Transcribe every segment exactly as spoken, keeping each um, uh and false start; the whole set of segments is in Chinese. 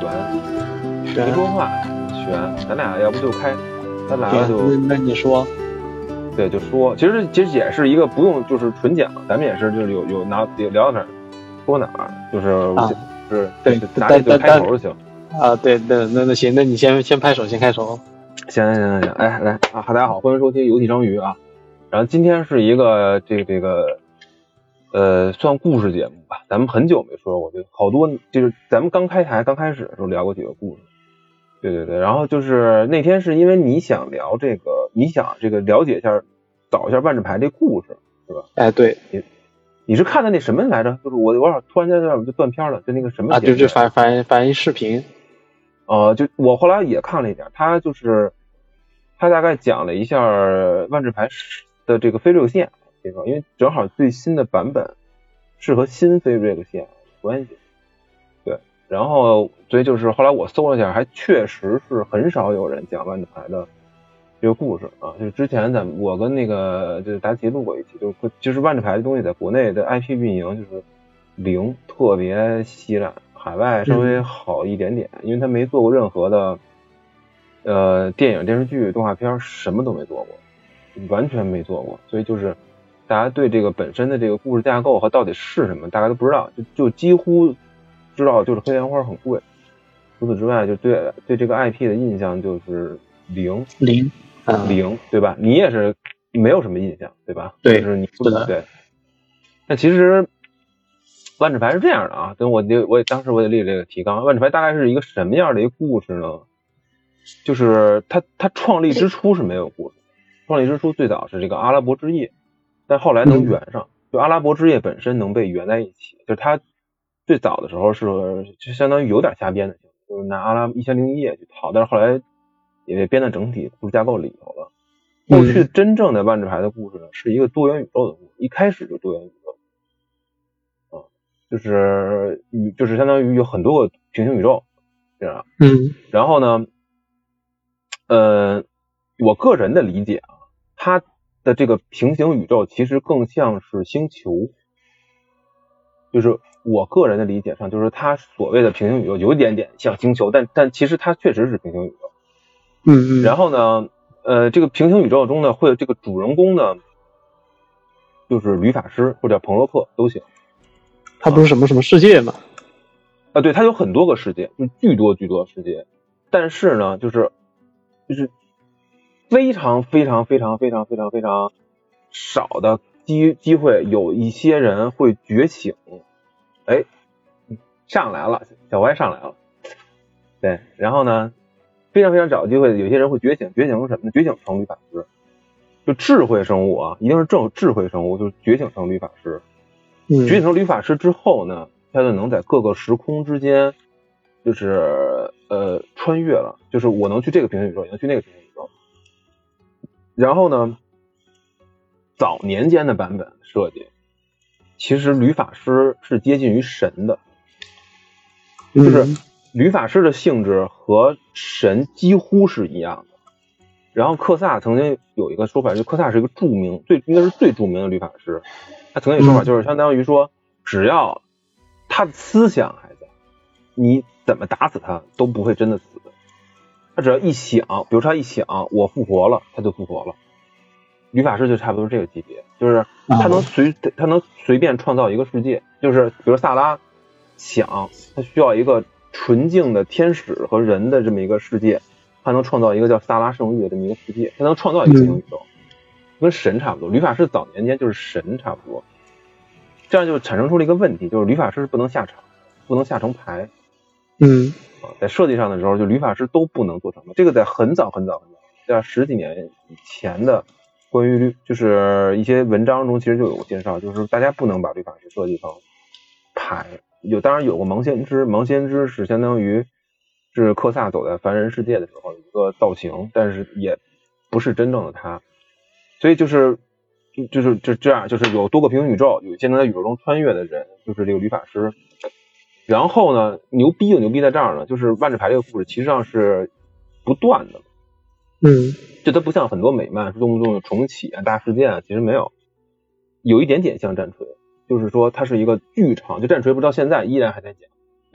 悬， 没说话，悬，咱俩要不就开，咱俩就那那你说， 对，就说，其实其实也是一个不用就是纯讲，咱们也是就是有有拿聊到哪儿说哪儿，就是啊， 是对， 拿这个开头就行。 啊，对，那那那行，那你先先拍手，先开手。 行行行行，哎来啊，大家好，欢迎收听游戏章鱼啊。然后今天是一个这个这个呃算故事节目吧，咱们很久没说过，就好多就是咱们刚开台刚开始的时候聊过几个故事。对对对，然后就是那天是因为你想聊这个，你想这个了解一下，找一下万智牌这故事，是吧？ 哎，对， 你你是看的那什么来着？就是我我突然间就断片了，就那个什么啊，就就反反反映视频。 呃，就我后来也看了一点，他就是他大概讲了一下万智牌的这个非热线这个，因为正好最新的版本是和新非这个线有关系。对，然后所以就是后来我搜了一下，还确实是很少有人讲万智牌的这个故事啊。就是之前咱们我跟那个就是达奇录过一期，就是就是万智牌的东西在国内的 I P 运营就是零，特别稀烂。海外稍微好一点点，嗯、因为他没做过任何的呃电影、电视剧、动画片，什么都没做过，完全没做过，所以就是大家对这个本身的这个故事架构和到底是什么，大家都不知道，就就几乎知道就是黑莲花很贵，除此之外，就对对这个 I P 的印象就是零零、嗯、 零，对吧？你也是没有什么印象，对吧？ 对， 就是你不对。那其实。万智牌是这样的啊，跟我我也当时我也立了这个提纲，万智牌大概是一个什么样的一个故事呢？就是它它创立之初是没有故事，创立之初最早是这个阿拉伯之夜，但后来能圆上，就阿拉伯之夜本身能被圆在一起，就是它最早的时候是就相当于有点瞎编的，就是拿阿拉一千零一夜去套，但是后来也被编到整体故事架构里头了。后续真正的万智牌的故事呢，是一个多元宇宙的故事，一开始就多元宇宙。就是宇就是相当于有很多个平行宇宙这样， 嗯， 然后呢，呃，我个人的理解啊，它的这个平行宇宙其实更像是星球，就是我个人的理解上，就是它所谓的平行宇宙有一点点像星球，但但其实它确实是平行宇宙， 嗯嗯， 然后呢，呃，这个平行宇宙中呢，会有这个主人公呢，就是吕法师或者彭洛克都行。 它不是什么什么世界吗？ 啊，对，它有很多个世界，就巨多巨多的世界，但是呢，就是就是非常非常非常非常非常非常少的机机会，有一些人会觉醒，哎，上来了，小歪上来了，对，然后呢，非常非常少的机会，有些人会觉醒，觉醒成什么呢？觉醒成律法师，就智慧生物啊，一定是正智慧生物，就是觉醒成律法师。觉醒成律法师之后呢，他就能在各个时空之间，就是呃穿越了，就是我能去这个平行宇宙，也能去那个平行宇宙。然后呢，早年间的版本设计，其实律法师是接近于神的，就是律法师的性质和神几乎是一样的。然后克萨曾经有一个说法，就克萨是一个著名最应该是最著名的律法师。他曾经有说法，就是相当于说，只要他的思想还在，你怎么打死他都不会真的死。他只要一想，比如说他一想我复活了，他就复活了。律法师就差不多是这个级别，就是他能随他能随便创造一个世界，就是比如萨拉想他需要一个纯净的天使和人的这么一个世界，他能创造一个叫萨拉圣域的这么一个世界，他能创造一个平行宇宙。跟神差不多，律法师早年间就是神差不多，这样就产生出了一个问题，就是律法师是不能下场，不能下成牌。 嗯， 在设计上的时候，就律法师都不能做成。这个在很早很早很早，在十几年以前的关于律就是一些文章中其实就有介绍，就是大家不能把律法师设计成牌。有当然有过盲先知，盲先知是相当于是克萨走在凡人世界的时候一个造型，但是也不是真正的他。所以就是就是就这样，就是有多个平行宇宙，有一些能在宇宙中穿越的人，就是这个律法师。然后呢，牛逼就牛逼在这儿呢，就是万智牌这个故事其实上是不断的， 嗯， 就它不像很多美漫动不动重启啊、大事件啊，其实没有，有一点点像战锤，就是说它是一个剧场，就战锤不到现在依然还在讲，对吧？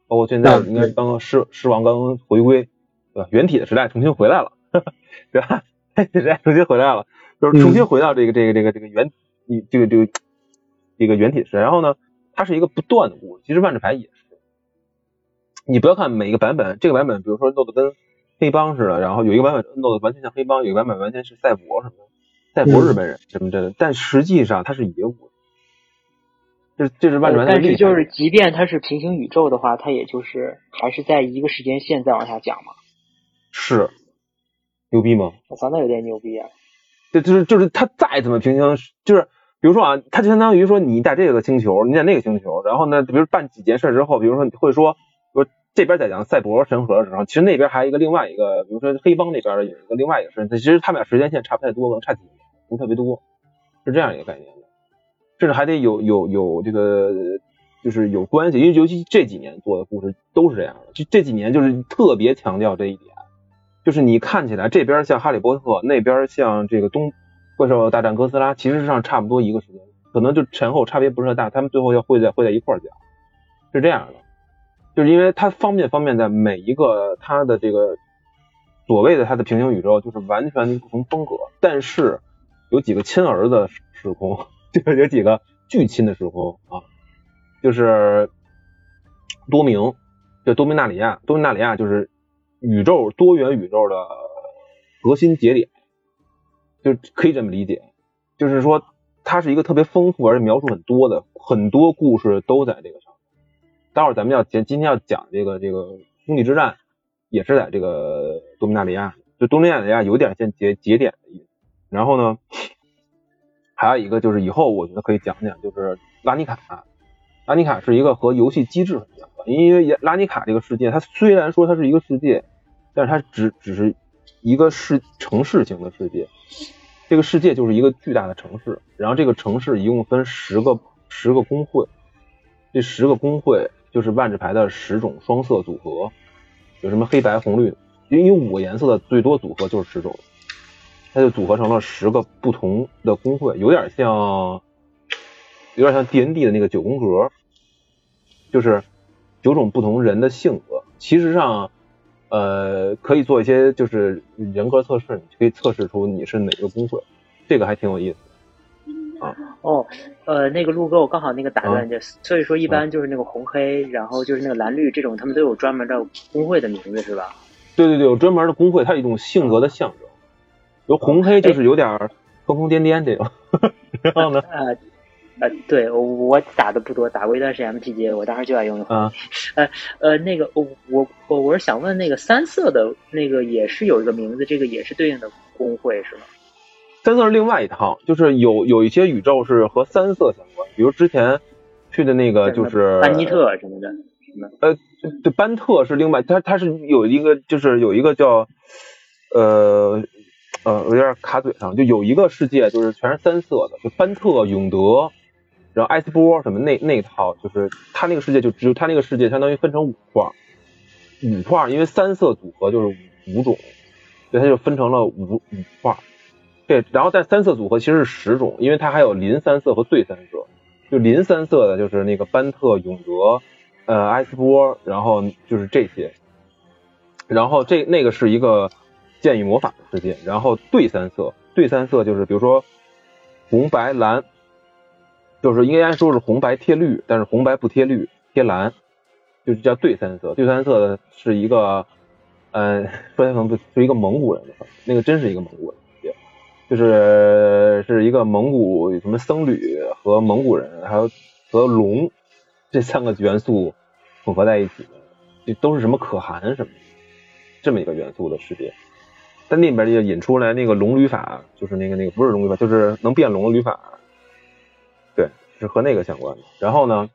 包括现在应该刚刚狮狮王刚刚回归，对吧？原体的时代重新回来了，呵呵对吧？时代重新回来了，就是重新回到这个这个这个这个原你这个这个这个原体时代。然后呢，它是一个不断的故事。其实万智牌也是，你不要看每个版本，这个版本比如说弄得跟黑帮似的，然后有一个版本弄得完全像黑帮，有一个版本完全是赛博什么的，赛博日本人什么的，但实际上它是野武。这这是万智牌的厉害。 但是就是即便它是平行宇宙的话，它也就是还是在一个时间线再往下讲嘛。 是牛逼吗？ 我操，那有点牛逼啊！ 对，就是就是它再怎么平行，就是比如说啊，它就相当于说你在这个星球，你在那个星球，然后呢，比如办几件事之后，比如说你会说，比如这边在讲赛博神河的时候，其实那边还有一个另外一个，比如说黑帮那边有一个另外一个事，其实他们俩时间线差不太多，可能差几年，不特别多，是这样一个概念的，甚至还得有有有这个就是有关系，因为尤其这几年做的故事都是这样的，就这几年就是特别强调这一点。就是你看起来这边像哈利波特，那边像这个东怪兽大战哥斯拉，其实上差不多一个时间，可能就前后差别不是太大，他们最后要会在会在一块儿讲，是这样的。就是因为它方便方便在每一个它的这个所谓的它的平行宇宙，就是完全不同风格，但是有几个亲儿子时空，就是有几个巨亲的时空啊，就是多明，就多明纳里亚，多明纳里亚就是宇宙多元宇宙的核心节点，就可以这么理解，就是说它是一个特别丰富而且描述很多的，很多故事都在这个上面。待会儿咱们要今天要讲这个这个兄弟之战，也是在这个多明纳里亚，就多明纳里亚有点像节节点的意思。然后呢，还有一个就是以后我觉得可以讲讲，就是拉尼卡。拉尼卡是一个和游戏机制很相关，因为拉尼卡这个世界，它虽然说它是一个世界，但是它只只是一个是城市型的世界。这个世界就是一个巨大的城市，然后这个城市一共分十个十个工会，这十个工会就是万智牌的十种双色组合，有什么黑白红绿，因为五个颜色的最多组合就是十种，它就组合成了十个不同的工会，有点像有点像 D and D 的那个九宫格，就是九种不同人的性格。其实上呃可以做一些就是人格测试，你可以测试出你是哪个工会，这个还挺有意思啊。 哦，呃，那个陆哥，我刚好那个打断就、嗯，所以说一般就是那个红黑，嗯、然后就是那个蓝绿这种，他们都有专门的工会的名字是吧？ 对对对，有专门的工会，它有一种性格的象征。有红黑就是有点疯疯癫癫这种，然后呢？ 呃呃，对我我打的不多，打过一段时间 M T G， 我当时就爱用。 啊， 呃呃，那个我我我我是想问，那个三色的那个也是有一个名字，这个也是对应的工会是吗？ 三色是另外一套，就是有有一些宇宙是和三色相关，比如之前去的那个就是班尼特什么的，什么呃，对，班特是另外，它它是有一个就是有一个叫呃呃有点卡嘴上，就有一个世界就是全是三色的，就班特、永德，然后埃斯波什么那那套，就是它那个世界就只有它那个世界相当于分成五块，五块，因为三色组合就是五种，所以它就分成了五五块。对，然后但三色组合其实是十种，因为它还有邻三色和对三色。就邻三色的就是那个班特、永德、呃埃斯波，然后就是这些。然后这那个是一个剑与魔法的世界，然后对三色，对三色就是比如说红白蓝，就是应该说是红白贴绿，但是红白不贴绿，贴蓝，就是叫对三色。对三色的是一个呃说起来可能不是一个蒙古人的，那个真是一个蒙古人。就是是一个蒙古什么僧侣和蒙古人还有和龙这三个元素混合在一起的，这都是什么可汗什么这么一个元素的世界。但那边就引出来那个龙旅法，就是那个那个不是龙旅法，就是能变龙的旅法，对，是和那个相关的。然后呢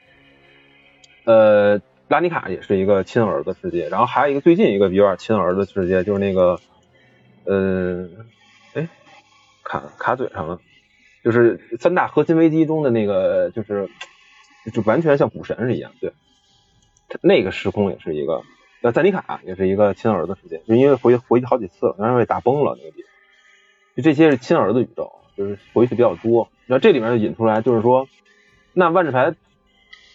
呃拉尼卡也是一个亲儿的世界，然后还有一个最近一个比较亲儿的世界，就是那个呃哎，卡卡嘴上了，就是三大核心危机中的那个，就是就完全像股神是一样，对，那个时空也是一个，呃，赞尼卡也是一个亲儿子世界，就因为回回去好几次了，然后被打崩了那个地方，就这些是亲儿子宇宙，就是回去比较多。然后这里面就引出来，就是说，那万智牌这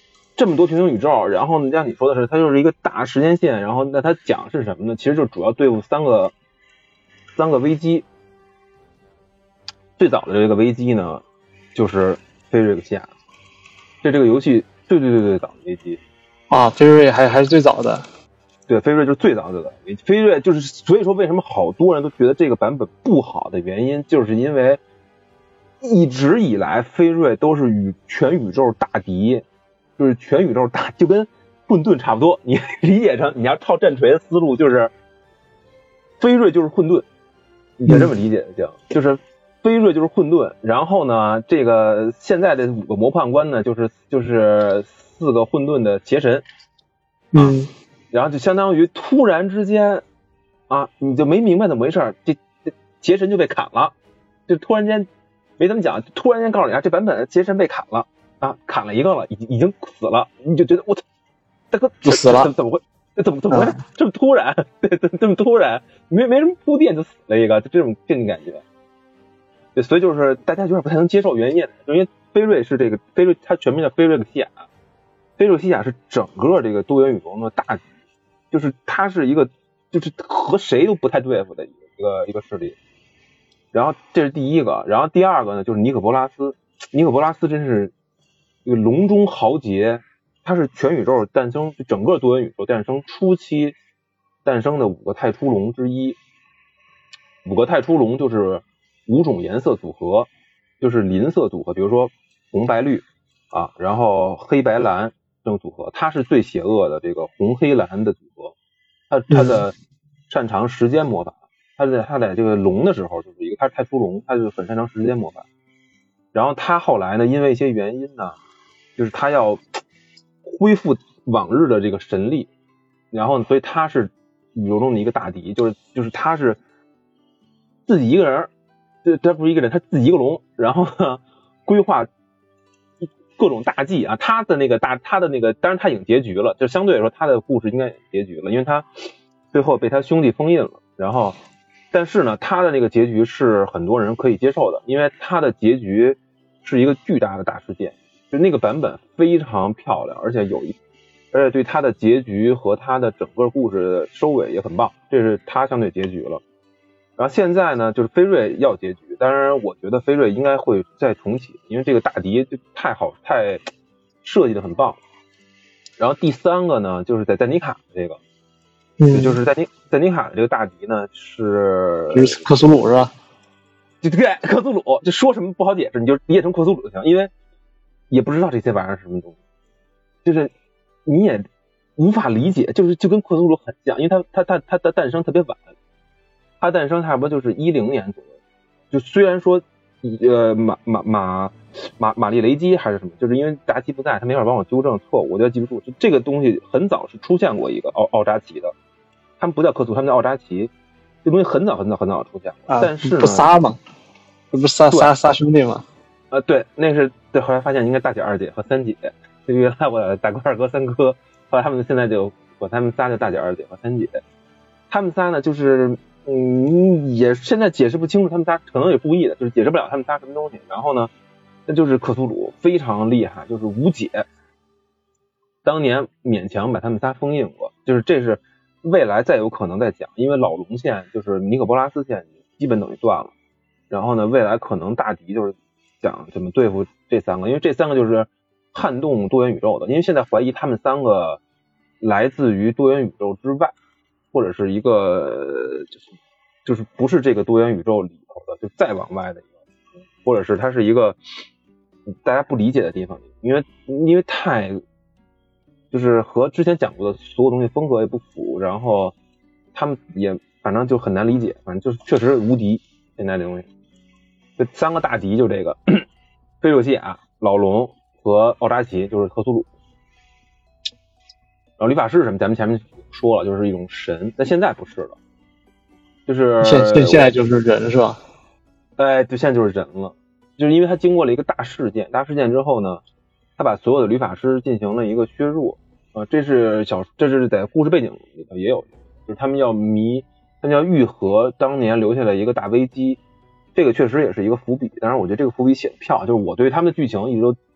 这么多平行宇宙，然后呢，像你说的是，它就是一个大时间线，然后那它讲是什么呢？其实就主要对付三个三个危机。最早的这个危机呢，就是菲瑞克西亚，这这个游戏最最最最早的危机啊，菲瑞还还是最早的。 对，菲瑞就是最早的危机。菲瑞就是，所以说为什么好多人都觉得这个版本不好的原因，就是因为一直以来菲瑞都是与全宇宙大敌，就是全宇宙大，就跟混沌差不多。你理解成你要套战锤的思路，就是菲瑞就是混沌，你可以这么理解就、嗯、就是菲瑞就是混沌。然后呢，这个现在的五个模判官呢，就是就是四个混沌的邪神， 嗯， 然后就相当于突然之间啊，你就没明白怎么回事，这这邪神就被砍了，就突然间没怎么讲，突然间告诉你啊，这版本邪神被砍了啊，砍了一个了，已经已经死了，你就觉得我操，大哥死了， 怎么会？怎么怎么回事？嗯、这么突然，对，这么突然，没没什么铺垫就死了一个，就这种这种感觉。对，所以就是大家有点不太能接受原因，因为菲瑞是这个菲瑞，它全名叫菲瑞克西亚，菲瑞克西亚是整个这个多元宇宙的大局，就是它是一个就是和谁都不太对付的一个一个一个势力。然后这是第一个，然后第二个呢就是尼可波拉斯，尼可波拉斯真是一个笼中豪杰。它是全宇宙诞生，整个多元宇宙诞生初期诞生的五个太初龙之一。五个太初龙就是五种颜色组合，就是邻色组合，比如说红白绿啊，然后黑白蓝这种组合，它是最邪恶的这个红黑蓝的组合。它它的擅长时间魔法，它在它在这个龙的时候就是一个，它是太初龙，它就很擅长时间魔法。然后它后来呢，因为一些原因呢，就是它要恢复往日的这个神力，然后所以他是宇宙中的一个大敌，就是就是他是自己一个人，这他不是一个人，他自己一个龙，然后呢规划各种大计啊，他的那个大他的那个，当然他已经结局了，就相对来说他的故事应该也结局了，因为他最后被他兄弟封印了，然后但是呢他的那个结局是很多人可以接受的，因为他的结局是一个巨大的大事件。就那个版本非常漂亮，而且有一，而且对它的结局和它的整个故事的收尾也很棒，这是它相对结局了。然后现在呢，就是菲瑞要结局，当然我觉得菲瑞应该会再重启，因为这个大敌就太好，太设计的很棒。然后第三个呢，就是在赞尼卡这个，嗯，就是在尼在尼卡的这个大敌呢是就是克苏鲁是吧？ 就对，克苏鲁，就说什么不好解释，你就理解成克苏鲁就行，因为也不知道这些玩意儿是什么东西，就是你也无法理解，就是就跟克苏鲁很像，因为它它它它的诞生特别晚，它诞生差不多就是一零年左右，就虽然说呃马马马马马利雷基还是什么，就是因为扎奇不在，他没法帮我纠正错误，我就要记不住，就这个东西很早是出现过一个奥奥扎奇的，他们不叫克苏，他们叫奥扎奇，这东西很早很早很早出现过，啊、但是呢不杀吗？这不杀杀杀兄弟吗？ 呃，对，那是对，后来发现应该大姐、二姐和三姐，就原来我大哥、二哥、三哥，后来他们现在就管他们仨叫大姐、二姐和三姐。他们仨呢，就是嗯，也现在解释不清楚，他们仨可能也故意的，就是解释不了他们仨什么东西。然后呢，那就是克苏鲁非常厉害，就是无解。当年勉强把他们仨封印过，就是这是未来再有可能再讲，因为老龙线就是尼可波拉斯线基本等于断了。然后呢，未来可能大敌就是讲怎么对付这三个，因为这三个就是撼动多元宇宙的，因为现在怀疑他们三个来自于多元宇宙之外，或者是一个就是就是不是这个多元宇宙里头的，就再往外的一个，或者是它是一个大家不理解的地方，因为因为太就是和之前讲过的所有东西风格也不符，然后他们也反正就很难理解，反正就是确实无敌现在这东西。这三个大敌就这个菲洛西亚、老龙和奥扎奇，就是克苏鲁。然后理发师什么咱们前面说了，就是一种神，但现在不是了，就是现现现在就是人是吧？ 哎，对，现在就是人了，就是因为他经过了一个大事件，大事件之后呢，他把所有的理发师进行了一个削弱啊、呃，这是小，这是在故事背景里头也有，就是他们要弥，他们要愈合当年留下来一个大危机。这个确实也是一个伏笔，当然我觉得这个伏笔写的漂亮，就是我对他们的剧情一直都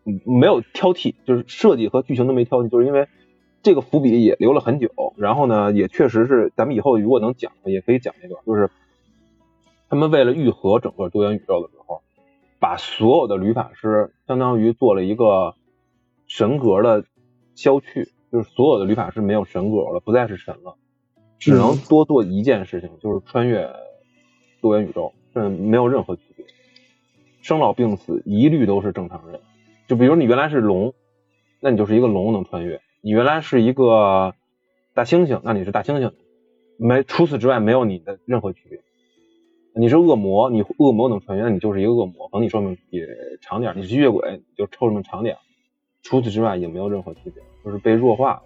没有挑剔，就是设计和剧情都没挑剔，就是因为这个伏笔也留了很久，然后呢，也确实是咱们以后如果能讲，也可以讲一段，就是他们为了愈合整个多元宇宙的时候，把所有的旅法师相当于做了一个神格的消去，就是所有的旅法师没有神格了，不再是神了，只能多做一件事情，就是穿越多元宇宙，这没有任何区别，生老病死一律都是正常人。就比如你原来是龙，那你就是一个龙能穿越，你原来是一个大猩猩，那你是大猩猩，没除此之外没有你的任何区别。你是恶魔，你恶魔能穿越，那你就是一个恶魔，可能你寿命也长点，你是吸血鬼你就寿命长点，除此之外也没有任何区别，就是被弱化了。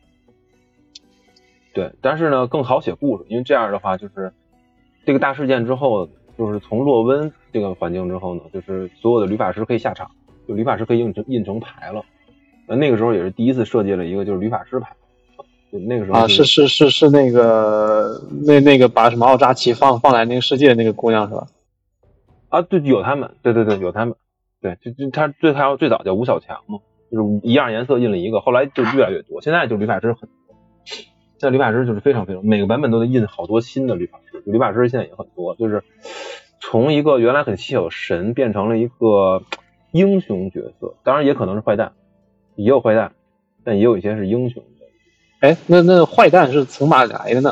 对，但是呢更好写故事，因为这样的话就是这个大事件之后，就是从洛温这个环境之后呢，就是所有的旅法师可以下场，就旅法师可以印成印成牌了。那那个时候也是第一次设计了一个就是旅法师牌，就那个时候啊是是是是那个那那个把什么奥扎奇放放在那个世界的那个姑娘是吧？ 啊，对，有他们，对对对，有他们，对，就就他最他最早叫吴小强嘛，就是一样颜色印了一个，后来就越来越多，现在就旅法师很多，现在旅法师就是非常非常，每个版本都得印好多新的旅法师，旅法师现在也很多，就是从一个原来很稀有的神变成了一个英雄角色，当然也可能是坏蛋，也有坏蛋，但也有一些是英雄的。 哎，那那坏蛋是从哪里来的呢？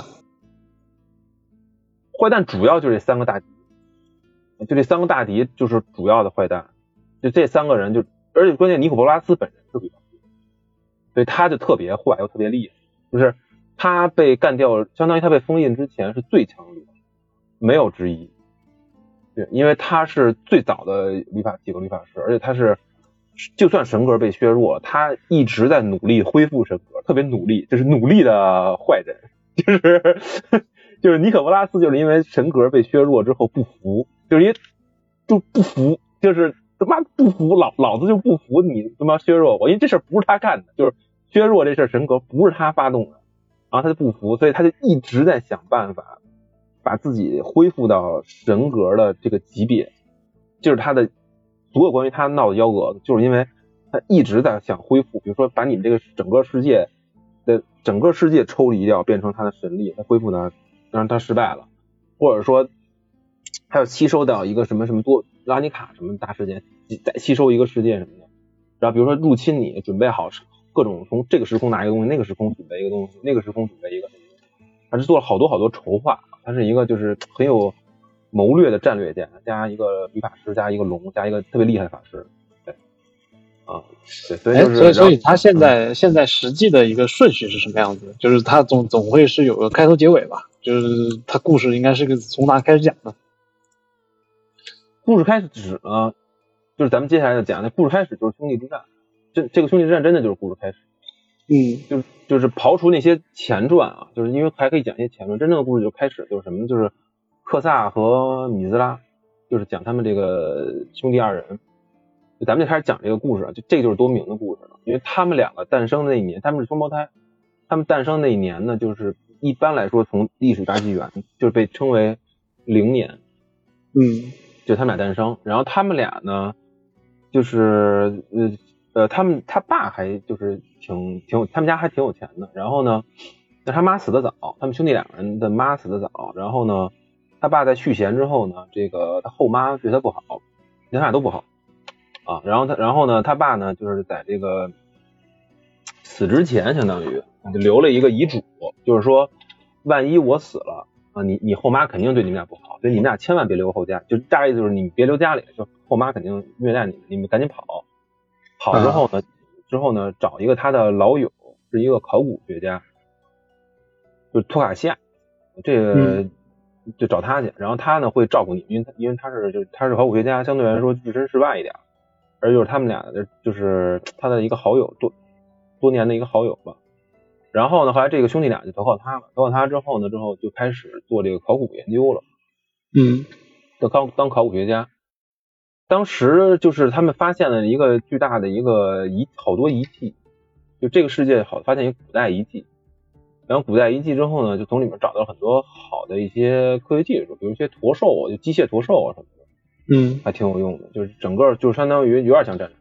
坏蛋主要就是这三个大敌，就这三个大敌就是主要的坏蛋，就这三个人就，而且关键尼可波拉斯本人是旅法师，所以他就特别坏又特别厉害，就是他被干掉，相当于他被封印之前是最强的旅法师，没有之一。对，因为他是最早的旅法几个旅法师，而且他是就算神格被削弱，他一直在努力恢复神格，特别努力，就是努力的坏人，就是就是尼可波拉斯就是因为神格被削弱之后不服，就是因为就不服，就是他妈不服，老老子就不服你他妈削弱我，因为这事不是他干的，就是削弱这事神格不是他发动的，然后他就不服，所以他就一直在想办法把自己恢复到神格的这个级别，就是他的所有关于他闹的幺蛾子，就是因为他一直在想恢复，比如说把你们这个整个世界的整个世界抽离掉，变成他的神力，他恢复呢，让他失败了，或者说他要吸收到一个什么什么多拉尼卡什么大事件，再吸收一个世界什么的，然后比如说入侵你，准备好各种从这个时空拿一个东西，那个时空准备一个东西，那个时空准备一个什么东西，他是做了好多好多筹划，他是一个就是很有谋略的战略家，加一个旅法师，加一个龙，加一个特别厉害的法师，对，啊，对，所以就是， 所以所以他现在、嗯、现在实际的一个顺序是什么样子？就是他总总会是有个开头结尾吧？就是他故事应该是个从哪开始讲的？ 故事开始指呢，就是咱们接下来要讲的故事开始就是兄弟之战，这这个兄弟之战真的就是故事开始， 嗯， 就是就是刨除那些前传啊，就是因为还可以讲一些前传，真正的故事就开始就是什么，就是克萨和米兹拉，就是讲他们这个兄弟二人，就咱们就开始讲这个故事，就这个就是多明的故事了，因为他们两个诞生的那一年，他们是双胞胎，他们诞生那一年呢，就是一般来说从历史大纪元就是被称为零年， 嗯， 就他们俩诞生，然后他们俩呢，就是呃呃，他们他爸还就是挺挺有，他们家还挺有钱的，然后呢，那他妈死得早，他们兄弟两个人的妈死得早，然后呢，他爸在续弦之后呢，这个他后妈对他不好，他俩都不好啊，然后他然后呢，他爸呢就是在这个死之前，相当于就留了一个遗嘱，就是说，万一我死了啊，你你后妈肯定对你们俩不好，所以你们俩千万别留后家，就大概意思就是你别留家里，就后妈肯定虐待你们，你们赶紧跑。跑之后呢，之后呢，找一个他的老友，是一个考古学家，就是托卡西亚，这个就找他去，然后他呢会照顾你，因为他因为他是就是他是考古学家，相对来说置身事外一点，而就是他们俩的就是他的一个好友，多多年的一个好友吧。然后呢，后来这个兄弟俩就投靠他了，投靠他之后呢，之后就开始做这个考古研究了， 嗯， 就当当考古学家。当时就是他们发现了一个巨大的一个遗好多遗迹，就这个世界好发现一个古代遗迹，然后古代遗迹之后呢，就从里面找到很多好的一些科学技术，比如一些驼兽，就机械驼兽啊什么的， 嗯， 还挺有用的，就是整个就相当于有点像战锤，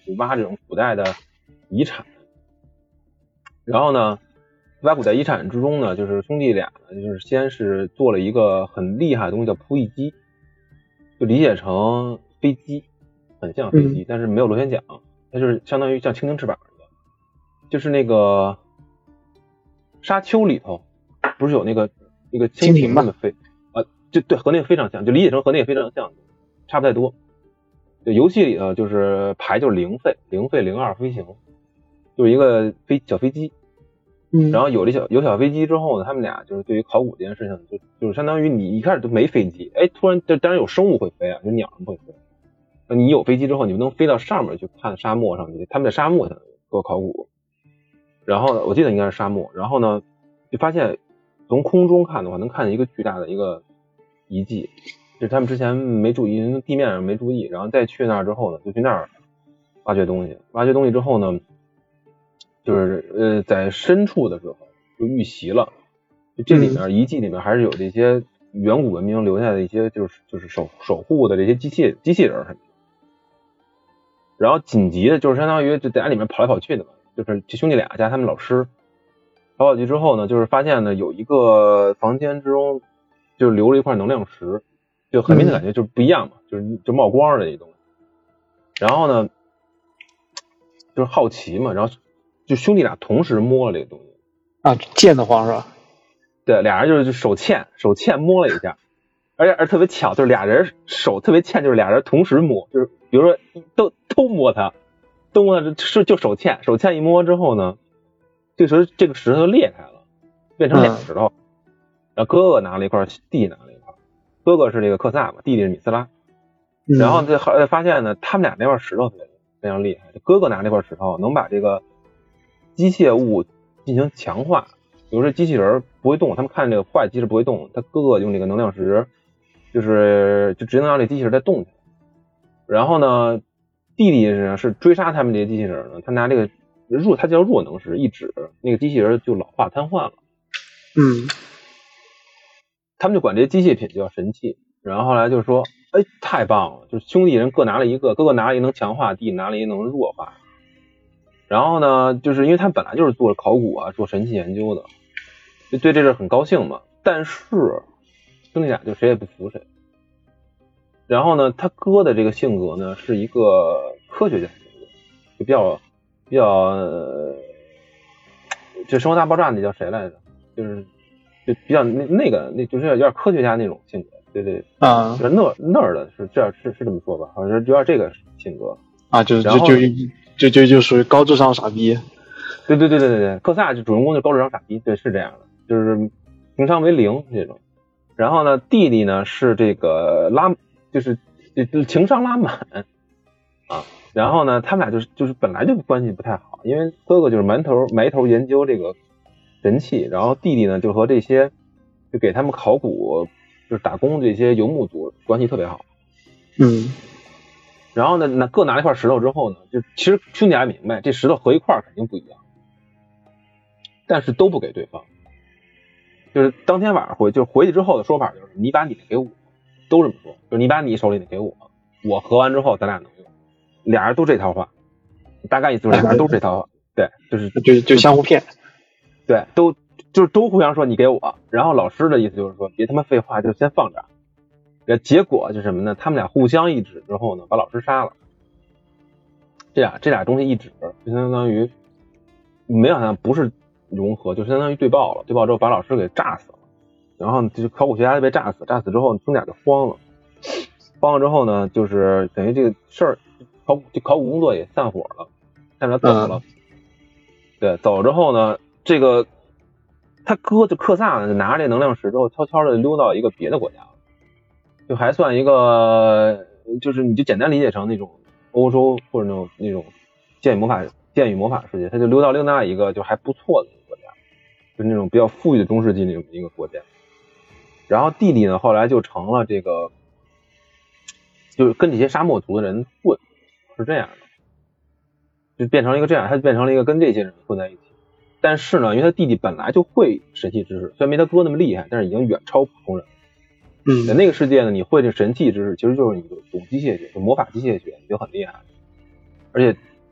挖这种古代的遗产。然后呢，挖古代遗产之中呢，就是兄弟俩就是先是做了一个很厉害的东西叫扑翼机，就理解成飞机，很像飞机，嗯、但是没有螺旋桨，它就是相当于像蜻蜓翅膀一样，就是那个沙丘里头不是有那个那个蜻蜓那么飞啊，就对，和那个非常像，就理解成和那个非常像，差不太多。对，游戏里头就是牌就是零费零费零二飞行，就是一个飞小飞机。 嗯， 然后有了小有小飞机之后呢，他们俩就是对于考古这件事情，就就是相当于你一开始都没飞机，哎，突然这当然有生物会飞啊，就鸟不会飞。那你有飞机之后，你不能飞到上面去看沙漠上去，他们在沙漠上做考古。然后呢，我记得应该是沙漠，然后呢，就发现从空中看的话，能看见一个巨大的一个遗迹，就是他们之前没注意，地面上没注意，然后再去那儿之后呢，就去那儿挖掘东西，挖掘东西之后呢。就是呃，在深处的时候就遇袭了，就这里面遗迹里面还是有这些远古文明留下的一些就是就是守守护的这些机器机器人什么的。然后紧急的就是相当于就在里面跑来跑去的嘛，就是这兄弟俩加他们老师跑跑去之后呢，就是发现呢有一个房间之中就留了一块能量石，就很明显感觉就是不一样嘛，就是就冒光的这东西。然后呢就是好奇嘛，然后就兄弟俩同时摸了这个东西啊，贱得慌是吧？ 对，俩人就是手欠手欠摸了一下，而且而特别巧，就是俩人手特别欠，就是俩人同时摸，就是比如说都都摸它，都摸它是就手欠手欠一摸之后呢，这时候这个石头裂开了，变成俩石头，嗯、然后哥哥拿了一块，弟弟拿了一块，哥哥是这个克萨嘛，弟弟是米斯拉，嗯、然后这后来发现呢，他们俩那块石头非常厉害，哥哥拿那块石头能把这个机械物进行强化，比如说机器人不会动，他们看这个坏机器人不会动，他哥哥用这个能量石，就是就直接能让这机器人再动起来。然后呢，弟弟是是追杀他们这些机器人呢，他拿这个弱，他叫弱能石一指，那个机器人就老化瘫痪了。 嗯， 他们就管这些机械品叫神器。然后后来就说，哎，太棒了，就是兄弟人各拿了一个，哥哥拿了一个能强化，弟弟拿了一个能弱化。然后呢，就是因为他本来就是做考古啊，做神器研究的，就对这事很高兴嘛。但是兄弟俩就谁也不服谁。然后呢，他哥的这个性格呢，是一个科学家性格，就比较比较，呃、就《生活大爆炸》那叫谁来着？就是就比较那那个那就是有点科学家那种性格，对对啊， 就是那那儿的是这样是是这么说吧？好像是有点这个性格啊，就是就就就就就属于高智商傻逼。 对对对对对对，克萨就主人公就高智商傻逼，对，是这样的，就是情商为零这种。然后呢，弟弟呢是这个拉，就是就情商拉满啊。然后呢，他们俩就是就是本来就关系不太好，因为哥哥就是埋头埋头研究这个神器，然后弟弟呢就和这些就给他们考古就是打工这些游牧族关系特别好。 嗯。 然后呢，那各拿了一块石头之后呢，就其实兄弟俩明白这石头合一块肯定不一样，但是都不给对方。就是当天晚上回，就是回去之后的说法就是你把你的给我，都这么说，就是你把你手里的给我，我合完之后咱俩能用。俩人都这套话，大概意思就是俩人都这套话，对，就是就就相互骗， 对，都就是都互相说你给我，然后老师的意思就是说别他妈废话，就先放这儿。结果就是什么呢？他们俩互相一指之后呢，把老师杀了。这俩这俩东西一指，就相当于没想到不是融合，就相当于对爆了。对爆之后把老师给炸死了，然后就考古学家就被炸死。炸死之后，兄弟俩就慌了。慌了之后呢，就是等于这个事儿，考古这考古工作也散伙了，他们俩走了。嗯、对，走了之后呢，这个他哥就克萨呢，就拿着这能量石之后，悄悄的溜到一个别的国家了。就还算一个，就是你就简单理解成那种欧洲或者那种那种剑与魔法剑与魔法世界，他就溜到另外一个就还不错的国家，就是那种比较富裕的中世纪那种一个国家。然后弟弟呢，后来就成了这个，就是跟这些沙漠族的人混，是这样的，就变成了一个这样，他就变成了一个跟这些人混在一起。但是呢，因为他弟弟本来就会神器知识，虽然没他哥那么厉害，但是已经远超普通人。 嗯， 在那个世界呢，你会这神器知识，其实就是你懂机械学，就魔法机械学，你就很厉害。而且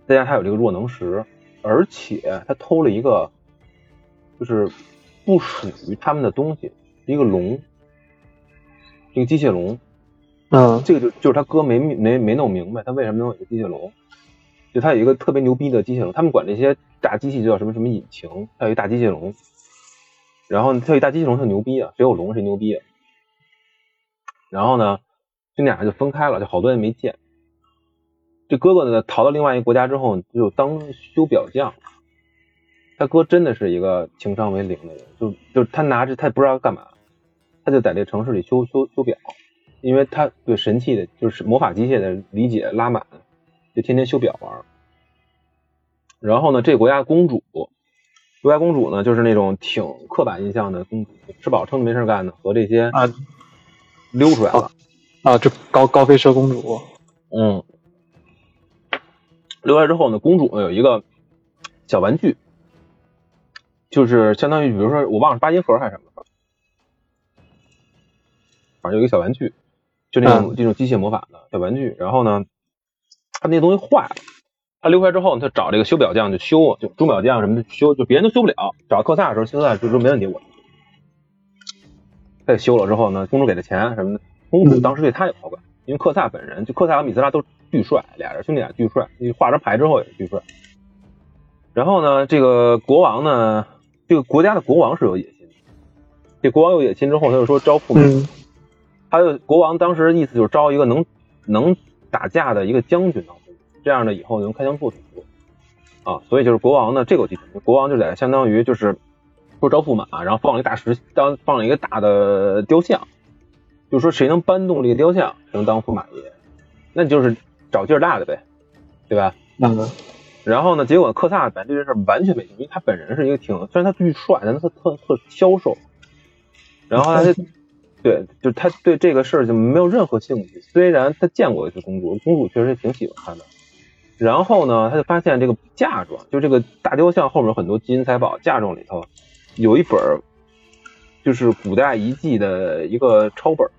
再加上他有这个弱能石，而且他偷了一个就是不属于他们的东西，一个龙，一个机械龙。 嗯， 这个就就是他哥没没没弄明白他为什么能有一个机械龙，就他有一个特别牛逼的机械龙，他们管这些大机器就叫什么什么引擎，他有一大机械龙，然后他有一大机械龙特牛逼啊，谁有龙谁牛逼啊。然后呢，兄弟俩就分开了，就好多人没见。这哥哥呢逃到另外一个国家之后，就当修表匠。他哥真的是一个情商为零的人，就就他拿着他不知道干嘛，他就在这城市里修修修表。因为他对神器的就是魔法机械的理解拉满，就天天修表玩。然后呢，这个国家的公主，国家公主呢就是那种挺刻板印象的公主，吃饱撑的没事干的，和这些啊溜出来了啊，这高高飞车公主， 嗯，溜出来之后呢，公主呢有一个小玩具，就是相当于比如说我忘了八音盒还是什么，反正有一个小玩具。就那种、嗯、这种机械魔法的小玩具，然后呢，他那东西坏了，他溜出来之后，他找这个修表匠就修，就钟表匠什么的修，就别人都修不了，找克萨的时候，克萨就说没问题，我他给修了之后呢，公主给他钱什么的，公主当时对他有好感，因为克萨本人就克萨和米斯拉都巨帅，俩人兄弟俩巨帅，画着牌之后也是巨帅。然后呢，这个国王呢，这个国家的国王是有野心的，这国王有野心之后，他就说招驸马。嗯，他就国王当时意思就是招一个能能打架的一个将军当驸马，这样的以后能开疆拓土啊。所以就是国王呢，这个我记得，国王就在相当于就是说招驸马，然后放了一个大石，当放了一个大的雕像，就说谁能搬动这个雕像，谁能当驸马爷，那就是找劲儿大的呗，对吧？ 嗯。 然后呢，结果克萨本对这事完全没兴趣，因为他本人是一个挺，虽然他巨帅，但他特特消瘦，然后他就。对，就他对这个事儿就没有任何兴趣。虽然他见过一次公主，公主确实挺喜欢他的。然后呢，他就发现这个嫁妆，就这个大雕像后面有很多金银财宝，嫁妆里头有一本就是古代遗迹的一个抄本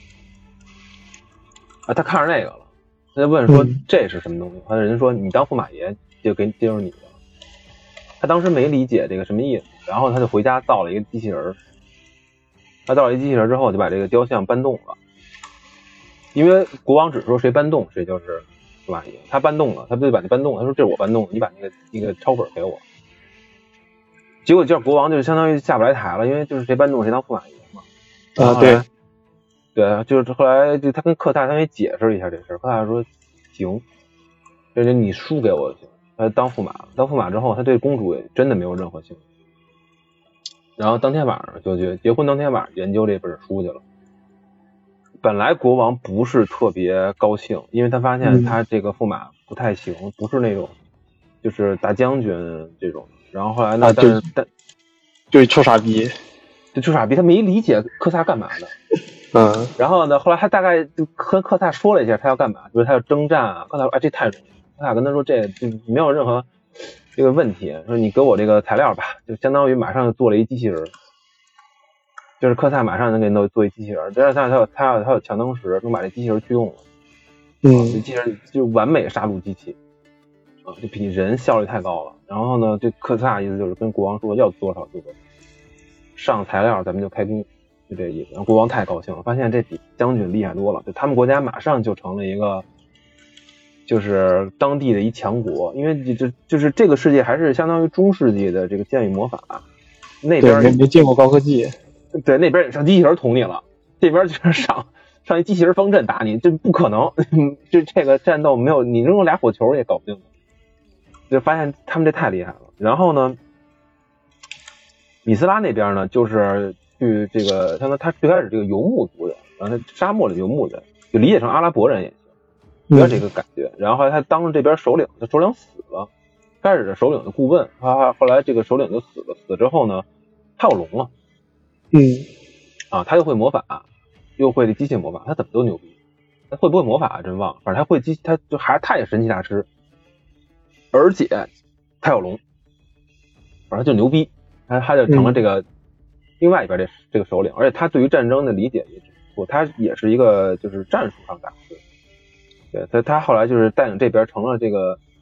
啊。他看着那个了，他就问说这是什么东西？他的人说你当驸马爷就给接受你的。他当时没理解这个什么意思，然后他就回家造了一个机器人。他造了一机器人之后，就把这个雕像搬动了，因为国王只说谁搬动谁就是驸马爷，他搬动了，他就把那搬动了，他说这是我搬动的，你把那个一个抄本给我。结果这国王就相当于下不来台了，因为就是谁搬动谁当驸马爷嘛。 啊，对， 对，就是后来就他跟克萨他也解释了一下这事，克萨说行，这就你输给我就行。他当驸马，当驸马之后，他对公主也真的没有任何兴趣。然后当天晚上就去结婚，当天晚上研究这本书去了。本来国王不是特别高兴，因为他发现他这个驸马不太行，嗯、不是那种就是大将军这种。然后后来呢， 啊、 但是但就是臭傻逼， 就臭傻逼，他没理解克萨干嘛的。 嗯。 然后呢，后来他大概就和克萨说了一下他要干嘛，就是他要征战啊。克萨说：“哎，这太容易。”克萨跟他说：“这就没有任何。”这个问题说你给我这个材料吧，就相当于马上就做了一机器人，就是克萨马上能给你做一机器人，但是他有他有他有强能石，能把这机器人驱动了， 嗯， 这机器人就完美杀戮机器啊，就比人效率太高了。然后呢，这克萨意思就是跟国王说要多少就多少，上材料咱们就开工，就这意思。然后国王太高兴了，发现这比将军厉害多了，就他们国家马上就成了一个。就是当地的一强国，因为就就是这个世界还是相当于中世纪的这个剑与魔法，那边没没见过高科技， 对，那边也上机器人捅你了，这边就是上上一机器人方阵打你，这不可能，这这个战斗没有你扔俩火球也搞不定，就发现他们这太厉害了。然后呢，米斯拉那边呢，就是去这个他们他最开始这个游牧族人，然后他沙漠的游牧人，就理解成阿拉伯人也。有点这个感觉，然后后来他当这边首领，他首领死了，开始的首领的顾问，他后来这个首领就死了，死之后呢，他有龙了， 嗯， 啊，他又会魔法，又会这机械魔法，他怎么都牛逼，他会不会魔法真忘了，反正他会机，他就还是他也神奇大师，而且他有龙，反正就牛逼，他他就成了这个、嗯、另外一边这这个首领，而且他对于战争的理解也不错，他也是一个就是战术上大师。对他，他后来就是带领这边成了这个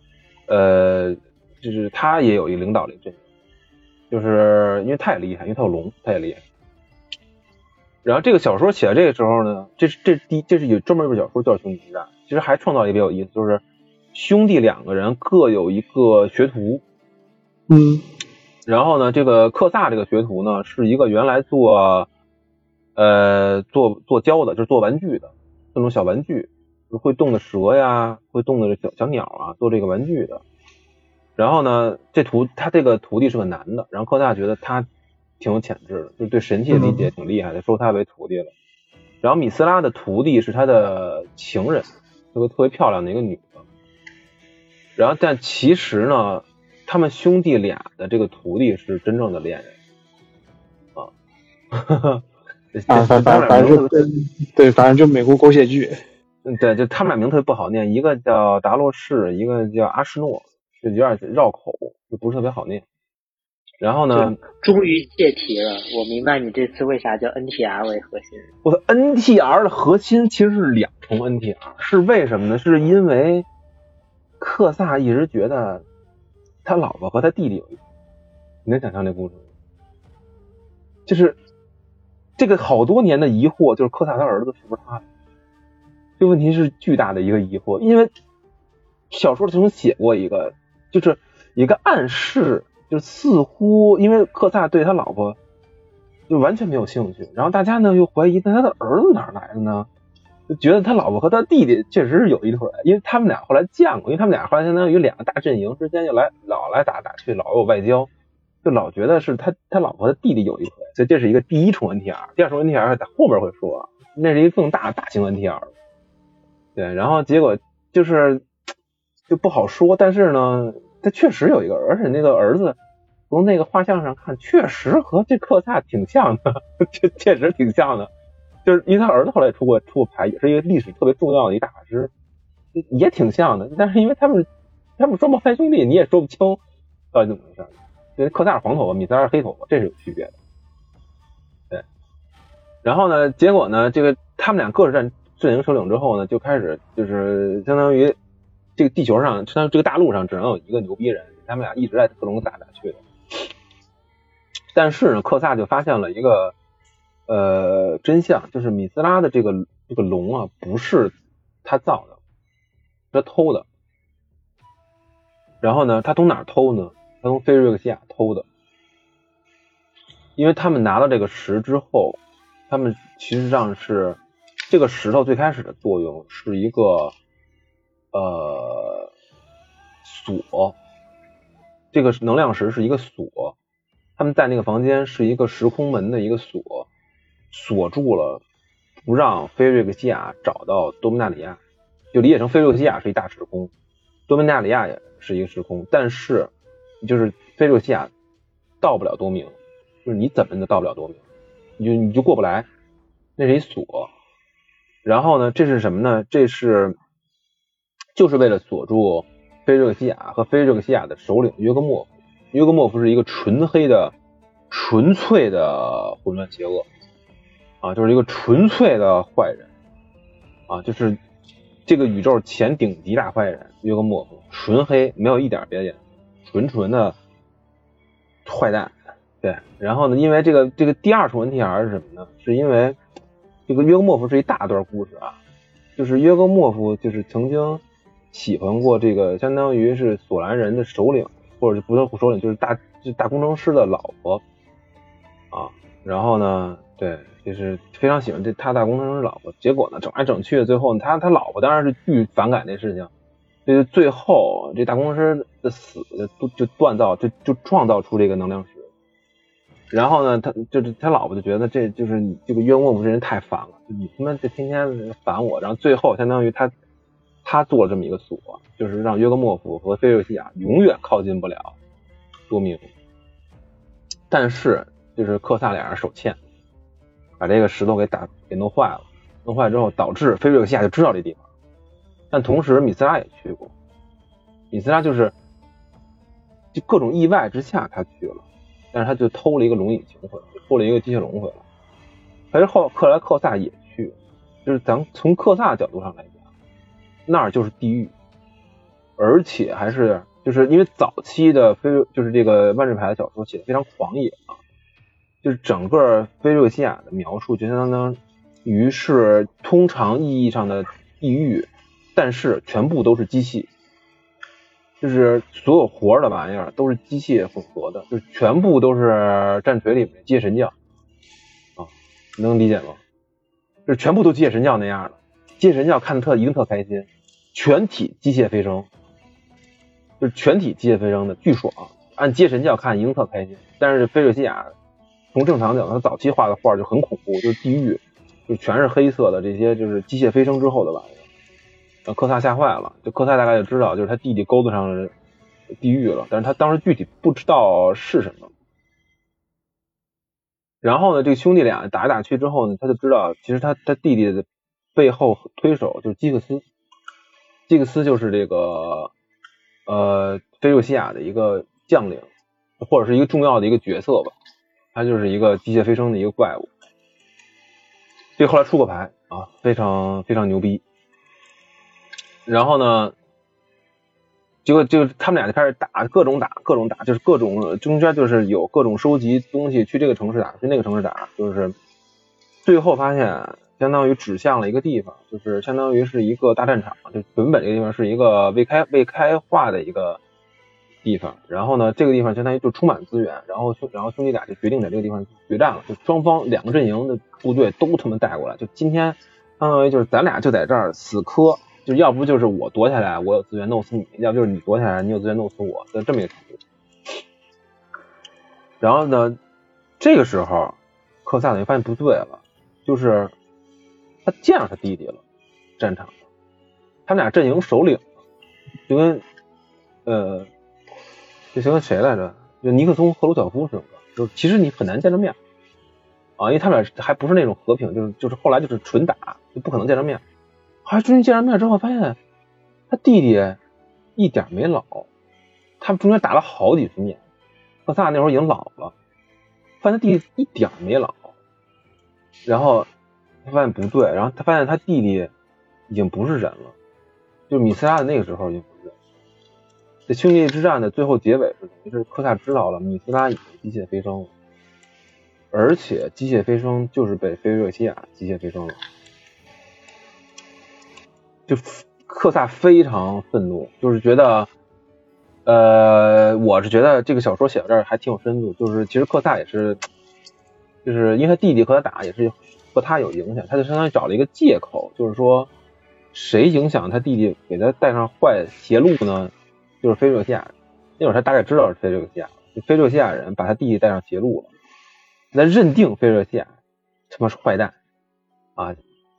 呃，就是他也有一个领导力阵营，就是因为他也厉害，因为他有龙，他也厉害。然后这个小说写到这个时候呢，这是这第这是有专门一本小说叫《兄弟之战》，其实还创造一个比较有意思，就是兄弟两个人各有一个学徒， 嗯， 然后呢，这个克萨这个学徒呢是一个原来做呃做做胶的，就是做玩具的那种小玩具，会动的蛇呀，会动的小小鸟啊，做这个玩具的。然后呢，这徒他这个徒弟是个男的，然后克萨觉得他挺有潜质的，就是对神器的理解挺厉害的，收他为徒弟了。然后米斯拉的徒弟是他的情人，是个特别漂亮的一个女的。然后但其实呢，他们兄弟俩的这个徒弟是真正的恋人啊。 啊，反反反正就对，反正就美国狗血剧。 嗯，对，就他们俩名特别不好念，一个叫达洛士，一个叫阿什诺，就有点绕口，就不是特别好念。然后呢， 终于解题了，我明白你这次为啥叫 N T R 为核心。 我的 N T R 的核心其实是两重 N T R， 是为什么呢？是因为克萨一直觉得他老婆和他弟弟有一，你能想象这故事吗？就是这个好多年的疑惑，就是克萨他儿子是不是他？这问题是巨大的一个疑惑，因为小说曾经写过一个，就是一个暗示。就似乎因为克萨对他老婆就完全没有兴趣，然后大家呢又怀疑那他的儿子哪来的呢？就觉得他老婆和他弟弟确实是有一腿，因为他们俩后来见过，因为他们俩后来相当于两个大阵营之间就来老来打打去，老有外交，就老觉得是他他老婆的弟弟有一腿，所以这是一个第一重 N T R， 第二重 N T R 在后边会说，那是一个更大大型 N T R。对，然后结果就是就不好说，但是呢。他确实有一个，而且那个儿子从那个画像上看，确实和这克萨挺像的，确确实挺像的。就是因为他儿子后来也出过出过牌，也是一个历史特别重要的一大法师，也挺像的。但是因为他们他们双胞胎兄弟，你也说不清到底怎么回事。因为克萨是黄头发，米萨是黑头发，这是有区别的。对。然后呢，结果呢，这个他们俩各自占阵营首领之后呢，就开始就是相当于。这个地球上，像这个大陆上，只能有一个牛逼人，他们俩一直在各种打打去的。但是呢，克萨就发现了一个呃真相，就是米斯拉的这个这个龙啊，不是他造的，是他偷的。然后呢，他从哪儿偷呢？他从菲瑞克西亚偷的。因为他们拿到这个石之后，他们其实上是这个石头最开始的作用是一个。呃，锁，这个能量石是一个锁，他们在那个房间是一个时空门的一个锁，锁住了，不让菲瑞克西亚找到多米纳里亚，就理解成菲瑞克西亚是一大时空，多米纳里亚也是一个时空，但是就是菲瑞克西亚到不了多明，就是你怎么都到不了多明，你就你就过不来，那是一锁。然后呢，这是什么呢？这是。就是为了锁住菲瑞克西亚和菲瑞克西亚的首领约格莫夫。约格莫夫是一个纯黑的、纯粹的混乱邪恶啊，就是一个纯粹的坏人啊，就是这个宇宙前顶级大坏人约格莫夫，纯黑，没有一点别的颜色，纯纯的坏蛋。对，然后呢，因为这个这个第二重 N T R 是什么呢？是因为这个约格莫夫是一大段故事啊，就是约格莫夫就是曾经。喜欢过这个相当于是索兰人的首领，或者不是首领，就是大就是大工程师的老婆啊。然后呢，对，就是非常喜欢这他大工程师老婆。结果呢，整来整去的，最后呢他他老婆当然是巨反感这事情。就是最后这大工程师的死就就锻造就就创造出这个能量石。然后呢，他就是他老婆就觉得这就是你这个约莫夫这人太烦了，就你他妈这天天烦我。然后最后相当于他。他做了这么一个锁，就是让约格莫夫和菲瑞克西亚永远靠近不了多明。但是就是克萨俩人手欠，把这个石头给打给弄坏了，弄坏之后导致菲瑞克西亚就知道这地方。但同时米斯拉也去过，米斯拉就是就各种意外之下他去了，但是他就偷了一个龙引擎回来，偷了一个机械龙回来。还是后克莱克萨也去，就是咱从克萨的角度上来讲。那儿就是地狱，而且还是就是因为早期的菲就是这个万智牌的小说写的非常狂野啊，就是整个菲瑞西亚的描述就相当于是通常意义上的地狱，但是全部都是机器，就是所有活的玩意儿都是机械混合的，就是全部都是战锤里面的机械神将啊，你能理解吗？就是全部都机械神将那样的，机械神将看着特一定特开心，全体机械飞升，就是全体机械飞升的巨爽，按机械神将看一定特开心。但是菲瑞西亚从正常讲，他早期画的画就很恐怖，就是地狱，就全是黑色的这些就是机械飞升之后的玩意儿。科萨吓坏了，就科萨大概就知道就是他弟弟钩子上了地狱了，但是他当时具体不知道是什么。然后呢，这个兄弟俩打来打去之后呢，他就知道其实他他弟弟的背后推手就是基克斯，基克斯就是这个呃菲瑞西亚的一个将领，或者是一个重要的一个角色吧，他就是一个机械飞升的一个怪物。这后来出过牌啊，非常非常牛逼。然后呢，结果就他们俩就开始打，各种打，各种打，就是各种中间就是有各种收集东西，去这个城市打，去那个城市打，就是最后发现相当于指向了一个地方，就是相当于是一个大战场，就本本这个地方是一个未开未开化的一个地方。然后呢，这个地方相当于就充满资源，然后兄然后兄弟俩就决定在这个地方决战了，就双方两个阵营的部队都他妈带过来，就今天相当于就是咱俩就在这儿死磕。就要不就是我躲下来，我有资源弄死你；要不就是你躲下来，你有资源弄死我，就这么一个程度。然后呢，这个时候科萨呢就发现不对了，就是他见着他弟弟了，战场上，他们俩阵营首领，就跟呃，就跟谁来着？就尼克松、赫鲁晓夫似的，就其实你很难见着面啊，因为他们俩还不是那种和平，就是就是后来就是纯打，就不可能见着面。后来终于见着面之后，发现他弟弟一点没老，他们中间打了好几次面。科萨那会儿已经老了，发现他弟弟一点没老，然后他发现不对，然后他发现他弟弟已经不是人了，就米斯拉的那个时候已经不是人了。这兄弟之战的最后结尾是，等于是科萨知道了米斯拉已经机械飞升了，而且机械飞升就是被菲瑞西亚机械飞升了。就科萨非常愤怒，就是觉得，呃，我是觉得这个小说写到这儿还挺有深度，就是其实科萨也是，就是因为他弟弟和他打也是和他有影响，他就相当于找了一个借口，就是说谁影响他弟弟给他带上坏邪路呢？就是菲瑞西亚，那会儿他大概知道是菲瑞西亚，就菲瑞西亚人把他弟弟带上邪路了，那认定菲瑞西亚他妈是坏蛋啊！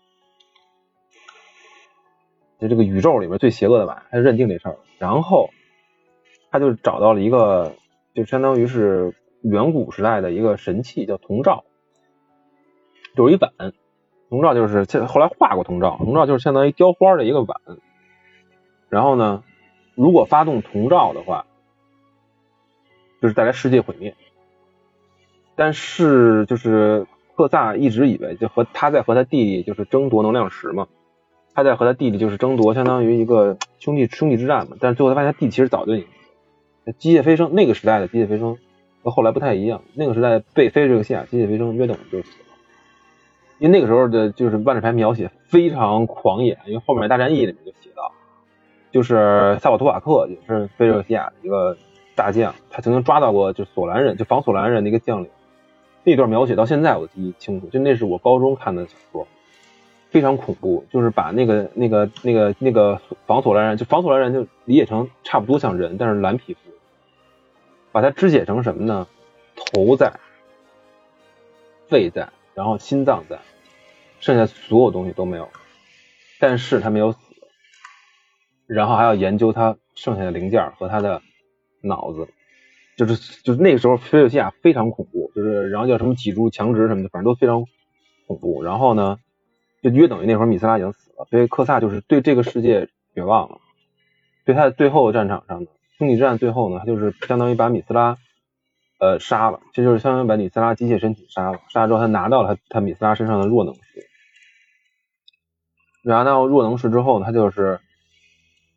就这个宇宙里面最邪恶的吧，他就认定这事儿，然后他就找到了一个，就相当于是远古时代的一个神器，叫铜罩，就是一碗。铜罩就是后来画过铜罩，铜罩就是相当于雕花的一个碗。然后呢，如果发动铜罩的话，就是带来世界毁灭。但是就是赫萨一直以为，就和他在和他弟弟就是争夺能量石嘛。他在和他弟弟就是争夺相当于一个兄弟兄弟之战嘛，但是最后他发现他弟弟其实早就赢了。机械飞升那个时代的机械飞升和后来不太一样，那个时代被菲瑞西亚机械飞升约等于就死了，因为那个时候的就是万智牌描写非常狂野，因为后面大战役里面就写到，就是萨瓦图瓦克也是菲瑞西亚的一个大将，他曾经抓到过就索兰人，就防索兰人的一个将领，那段描写到现在我记忆清楚，就那是我高中看的小说。非常恐怖，就是把那个那个那个那个防索兰人，就防索兰人就理解成差不多像人，但是蓝皮肤，把它肢解成什么呢？头在，肺在，然后心脏在，剩下所有东西都没有，但是他没有死，然后还要研究他剩下的零件和他的脑子，就是就是那个时候菲瑞西亚非常恐怖，就是然后叫什么脊柱强直什么的，反正都非常恐怖。然后呢？就约等于那会儿米斯拉已经死了，所以科萨就是对这个世界绝望了。对他在最后战场上呢，兄弟之战最后呢，他就是相当于把米斯拉呃杀了，这就是相当于把米斯拉机械身体杀了。杀了之后，他拿到了他他米斯拉身上的弱能石，拿到弱能石之后呢，他就是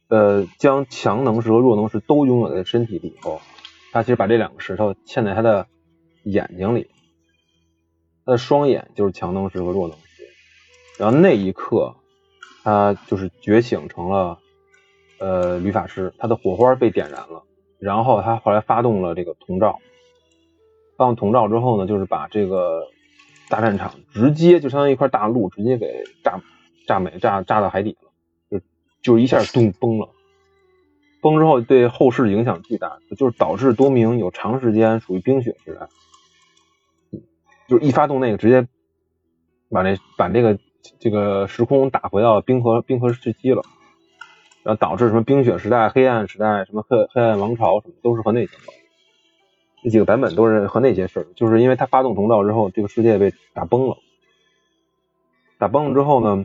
呃将强能石和弱能石都拥有在身体里以后，他其实把这两个石头嵌在他的眼睛里，他的双眼就是强能石和弱能石。然后那一刻他就是觉醒成了呃吕法师，他的火花被点燃了，然后他后来发动了这个铜罩，发动铜罩之后呢，就是把这个大战场直接就相当于一块大陆直接给炸炸没炸炸到海底了，就就一下咚崩了。崩之后对后世影响巨大，就是导致多明有长时间属于冰雪时代，就是一发动那个直接把这把这个这个时空打回到冰河冰河时期了，然后导致什么冰雪时代、黑暗时代、什么黑黑暗王朝什么都是和那些有关。这几个版本都是和那些事儿，就是因为他发动铜罩之后，这个世界被打崩了。打崩了之后呢，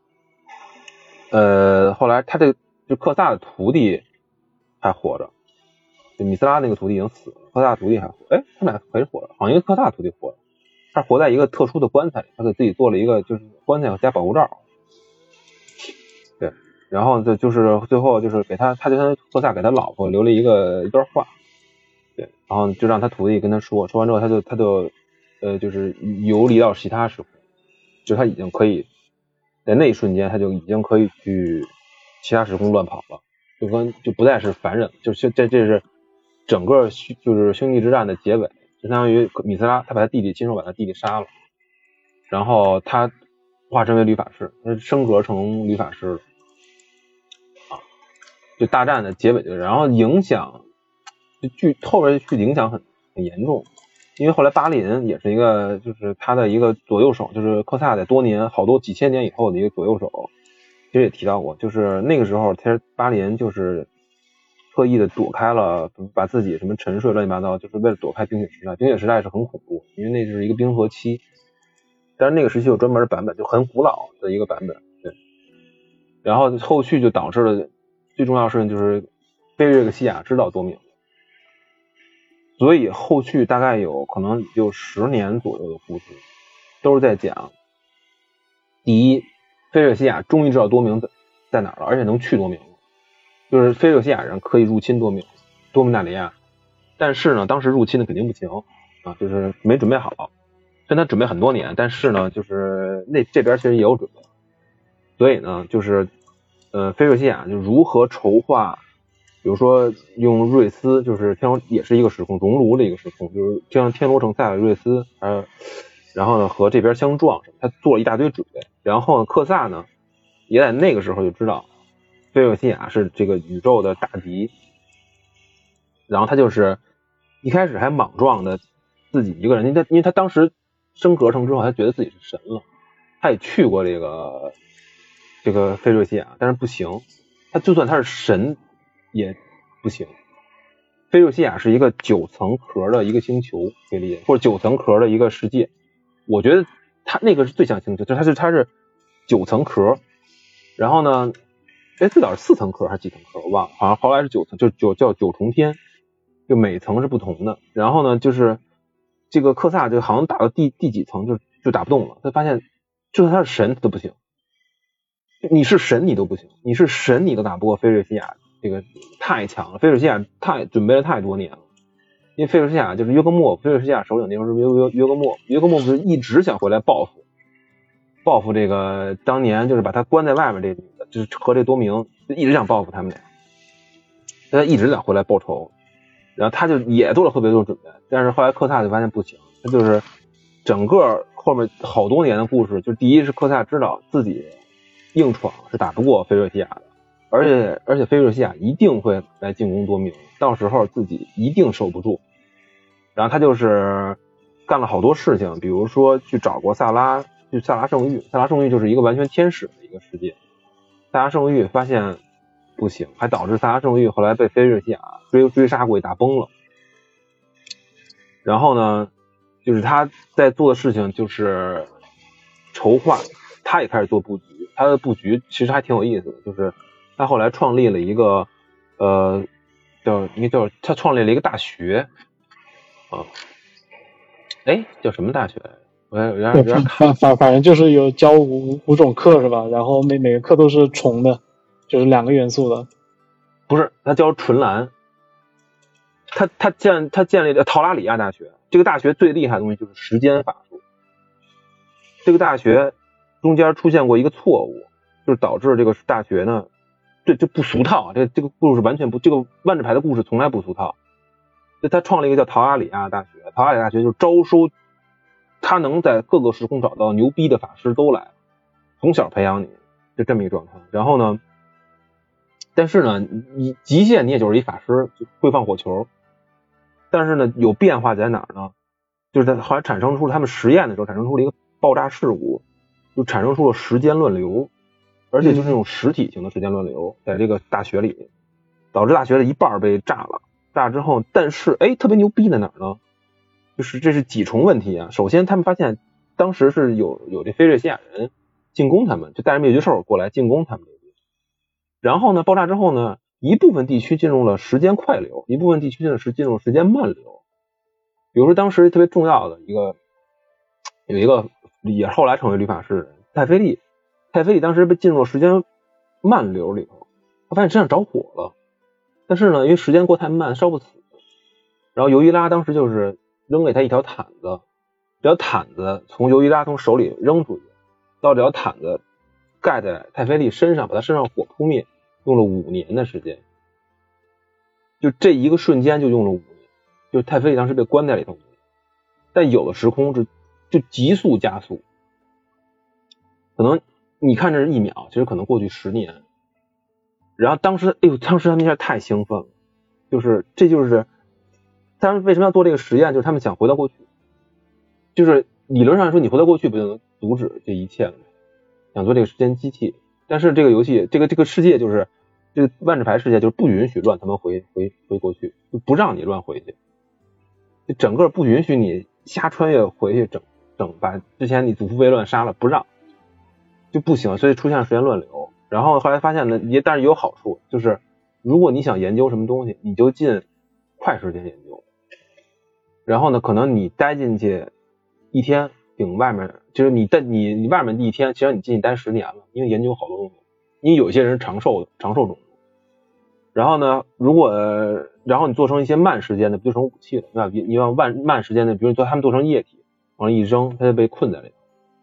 呃，后来他这个就克萨的徒弟还活着，就米斯拉那个徒弟已经死了，克萨徒弟还活，哎，他俩还是活着，好像一个克萨徒弟活着，他活在一个特殊的棺材里，他给自己做了一个就是棺材加保护罩，对，然后就就是最后就是给他，他就跟克萨给他老婆留了一个一段话。对，然后就让他徒弟跟他说，说完之后他就他就呃就是游离到其他时空，就他已经可以在那一瞬间他就已经可以去其他时空乱跑了，就跟就不再是凡人，就是这这是整个就是星际之战的结尾，就相当于米斯拉他把他弟弟亲手把他弟弟杀了，然后他化身为吕法师，他升格成吕法师了啊，就大战的结尾就然后影响。剧后边剧影响很很严重，因为后来巴林也是一个，就是他的一个左右手，就是克萨在多年好多几千年以后的一个左右手，其实也提到过，就是那个时候其实巴林就是特意的躲开了，把自己什么沉睡乱七八糟，就是为了躲开冰雪时代。冰雪时代是很恐怖，因为那是一个冰河期，但是那个时期有专门的版本，就很古老的一个版本，对。然后后续就导致了最重要的事情就是菲瑞克西亚知道多明。所以后续大概有可能有十年左右的故事，都是在讲，第一，菲瑞克西亚终于知道多明在哪儿了，而且能去多明了，就是菲瑞克西亚人可以入侵多明多明纳里亚，但是呢，当时入侵的肯定不行啊，就是没准备好，虽然他准备很多年，但是呢，就是那这边其实也有准备，所以呢，就是呃，菲瑞克西亚就如何筹划。比如说用瑞斯，就是天罗也是一个时空熔炉的一个时空，就是像天罗城塞尔瑞斯，呃，然后呢和这边相撞，他做了一大堆准备。然后呢，克萨呢也在那个时候就知道菲瑞克西亚是这个宇宙的大敌，然后他就是一开始还莽撞的自己一个人，因为他因为他当时升格成之后，他觉得自己是神了，他也去过这个这个菲瑞克西亚，但是不行，他就算他是神。也不行，菲瑞克西亚是一个九层壳的一个星球，可以理解，或者九层壳的一个世界。我觉得它那个是最像星球，就它是它是九层壳，然后呢，哎，最早是四层壳还是几层壳我忘了，好像后来是九层，就九叫九重天，就每层是不同的。然后呢，就是这个克萨就好像打到第第几层就就打不动了，他发现就算他是神他都不行，你是神你都不行，你是神你都打不过菲瑞克西亚。这个太强了，菲瑞克西亚太准备了太多年了，因为菲瑞克西亚就是约格莫，菲瑞克西亚首领那时候是约约约格莫，约格莫不是一直想回来报复，报复这个当年就是把他关在外面这女的，就是和这多明一直想报复他们俩，他一直想回来报仇，然后他就也做了特别多准备，但是后来克萨就发现不行，他就是整个后面好多年的故事，就第一是克萨知道自己硬闯是打不过菲瑞克西亚的。而且而且菲瑞克西亚一定会来进攻多明，到时候自己一定守不住。然后他就是干了好多事情，比如说去找过萨拉，去萨拉圣域，萨拉圣域就是一个完全天使的一个世界。萨拉圣域发现不行，还导致萨拉圣域后来被菲瑞克西亚追追杀过去打崩了。然后呢，就是他在做的事情就是筹划，他也开始做布局，他的布局其实还挺有意思的，就是。他后来创立了一个，呃，叫一个叫他创立了一个大学，啊，哎，叫什么大学？我有点有点反反反正就是有教五五种课是吧？然后每每个课都是重的，就是两个元素的。 不是，他教纯蓝。他他建他建立了陶拉里亚大学，这个大学最厉害的东西就是时间法术。这个大学中间出现过一个错误，就是导致这个大学呢，这这不俗套，这这个故事完全不，这个万智牌的故事从来不俗套。就他创了一个叫陶拉里亚大学，陶拉里亚大学就是招收他能在各个时空找到牛逼的法师都来，从小培养你，就这么一个状态。然后呢，但是呢，你极限你也就是一法师，就会放火球。但是呢，有变化在哪儿呢？就是在后来产生出他们实验的时候，产生出了一个爆炸事故，就产生出了时间乱流，而且就是那种实体型的时间乱流，在这个大学里，导致大学的一半被炸了。炸之后，但是哎，特别牛逼在哪儿呢？就是这是几重问题啊。首先，他们发现当时是有有这菲瑞西亚人进攻他们，就带着灭绝兽过来进攻他们。然后呢，爆炸之后呢，一部分地区进入了时间快流，一部分地区呢是进入时间慢流。比如说当时特别重要的一个有一个也后来成为律法师的人泰菲利，泰菲利当时被进入了时间慢流里头，他发现身上着火了，但是呢因为时间过太慢烧不死，然后尤伊拉当时就是扔给他一条毯子，这条毯子从尤伊拉从手里扔出去，到这条毯子盖在泰菲利身上，把他身上火扑灭，用了五年的时间，就这一个瞬间就用了五年，就是泰菲利当时被关在里头，但有的时空就就急速加速，可能你看这是一秒，其实可能过去十年。然后当时哎呦，当时他们一下太兴奋了，就是这就是他们为什么要做这个实验，就是他们想回到过去，就是理论上说你回到过去不就能阻止这一切了吗？想做这个时间机器，但是这个游戏这个这个世界就是这个万智牌世界就是不允许乱他们回回回过去，就不让你乱回去，就整个不允许你瞎穿越回去整整把之前你祖父悖乱杀了，不让就不行，所以出现了时间乱流。然后后来发现呢，也但是也有好处，就是如果你想研究什么东西，你就进快时间研究，然后呢可能你待进去一天顶外面，就是你在你你外面一天，其实你进去待十年了，因为研究好多东西，因为有些人长寿长寿种族。然后呢，如果然后你做成一些慢时间的，不就成武器了，对吧？你要慢慢时间的，比如做他们做成液体，往上一扔，他就被困在里头。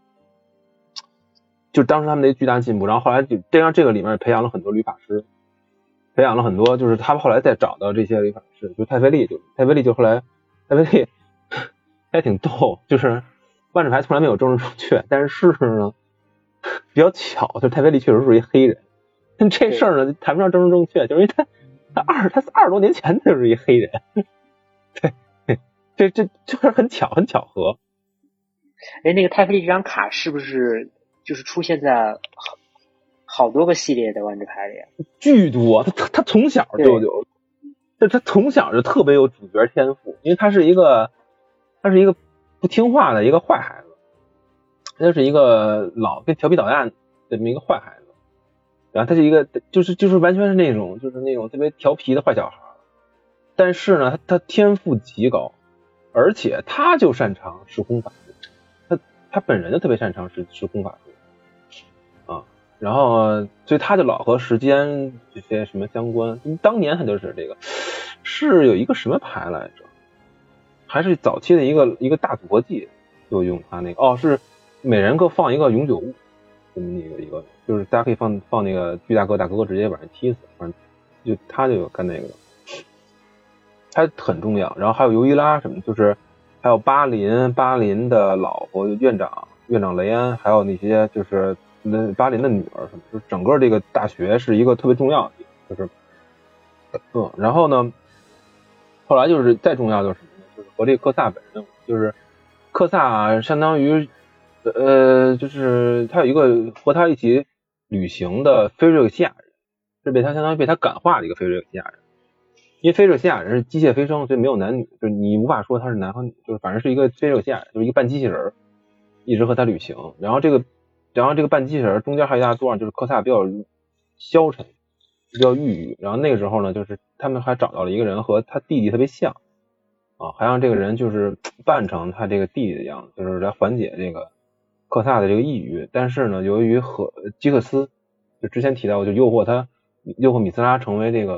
就当时他们的巨大进步，然后后来就这样这个里面培养了很多律法师，培养了很多，就是他们后来再找到这些律法师，就泰菲利就泰菲利就后来泰菲利还挺逗，就是万智牌从来没有政治正确，但是呢比较巧，就是泰菲利确实是一黑人，但这事儿呢谈不上政治正确，就是因为他他二他二十多年前就是一黑人，对，这这就是很巧很巧合。 哎，那个泰菲利这张卡是不是就是出现在好好多个系列的万智牌里？ 巨多，他他他从小就有，就他从小就特别有主角天赋，因为他是一个他是一个不听话的一个坏孩子，他是一个老跟调皮捣蛋的这么一个坏孩子，然后他是一个就是就是完全是那种就是那种特别调皮的坏小孩，但是呢他他天赋极高，而且他就擅长时空法术，他他本人就特别擅长时时空法术啊，然后所以他就老和时间这些什么相关，当年他就是这个是有一个什么牌来着，还是早期的一个一个大组合技，就用他那个哦是每人各放一个永久物，这么一个一个就是大家可以放放那个巨大哥大哥哥直接把人踢死，反正就他就有干那个的，他很重要。然后还有尤伊拉什么，就是还有巴林巴林的老婆院长院长雷安，还有那些就是那巴林的女儿什么，就是整个这个大学是一个特别重要的地方，就是嗯，然后呢后来就是再重要就是什么呢，就是和这个科萨本人，就是科萨相当于呃就是他有一个和他一起旅行的菲瑞克西亚人，是被他相当于被他感化的一个菲瑞克西亚人，因为菲瑞克西亚人是机械飞升，所以没有男女，就是你无法说他是男和女，就是反正是一个菲瑞克西亚人，就是一个半机器人，一直和他旅行。然后这个然后这个半机器人中间还有一大段就是科萨比较消沉比较郁郁，然后那个时候呢就是他们还找到了一个人和他弟弟特别像啊，还让这个人就是扮成他这个弟弟的样子，就是来缓解这个科萨的这个抑郁。但是呢由于和基克斯就之前提到就诱惑他诱惑米斯拉成为这个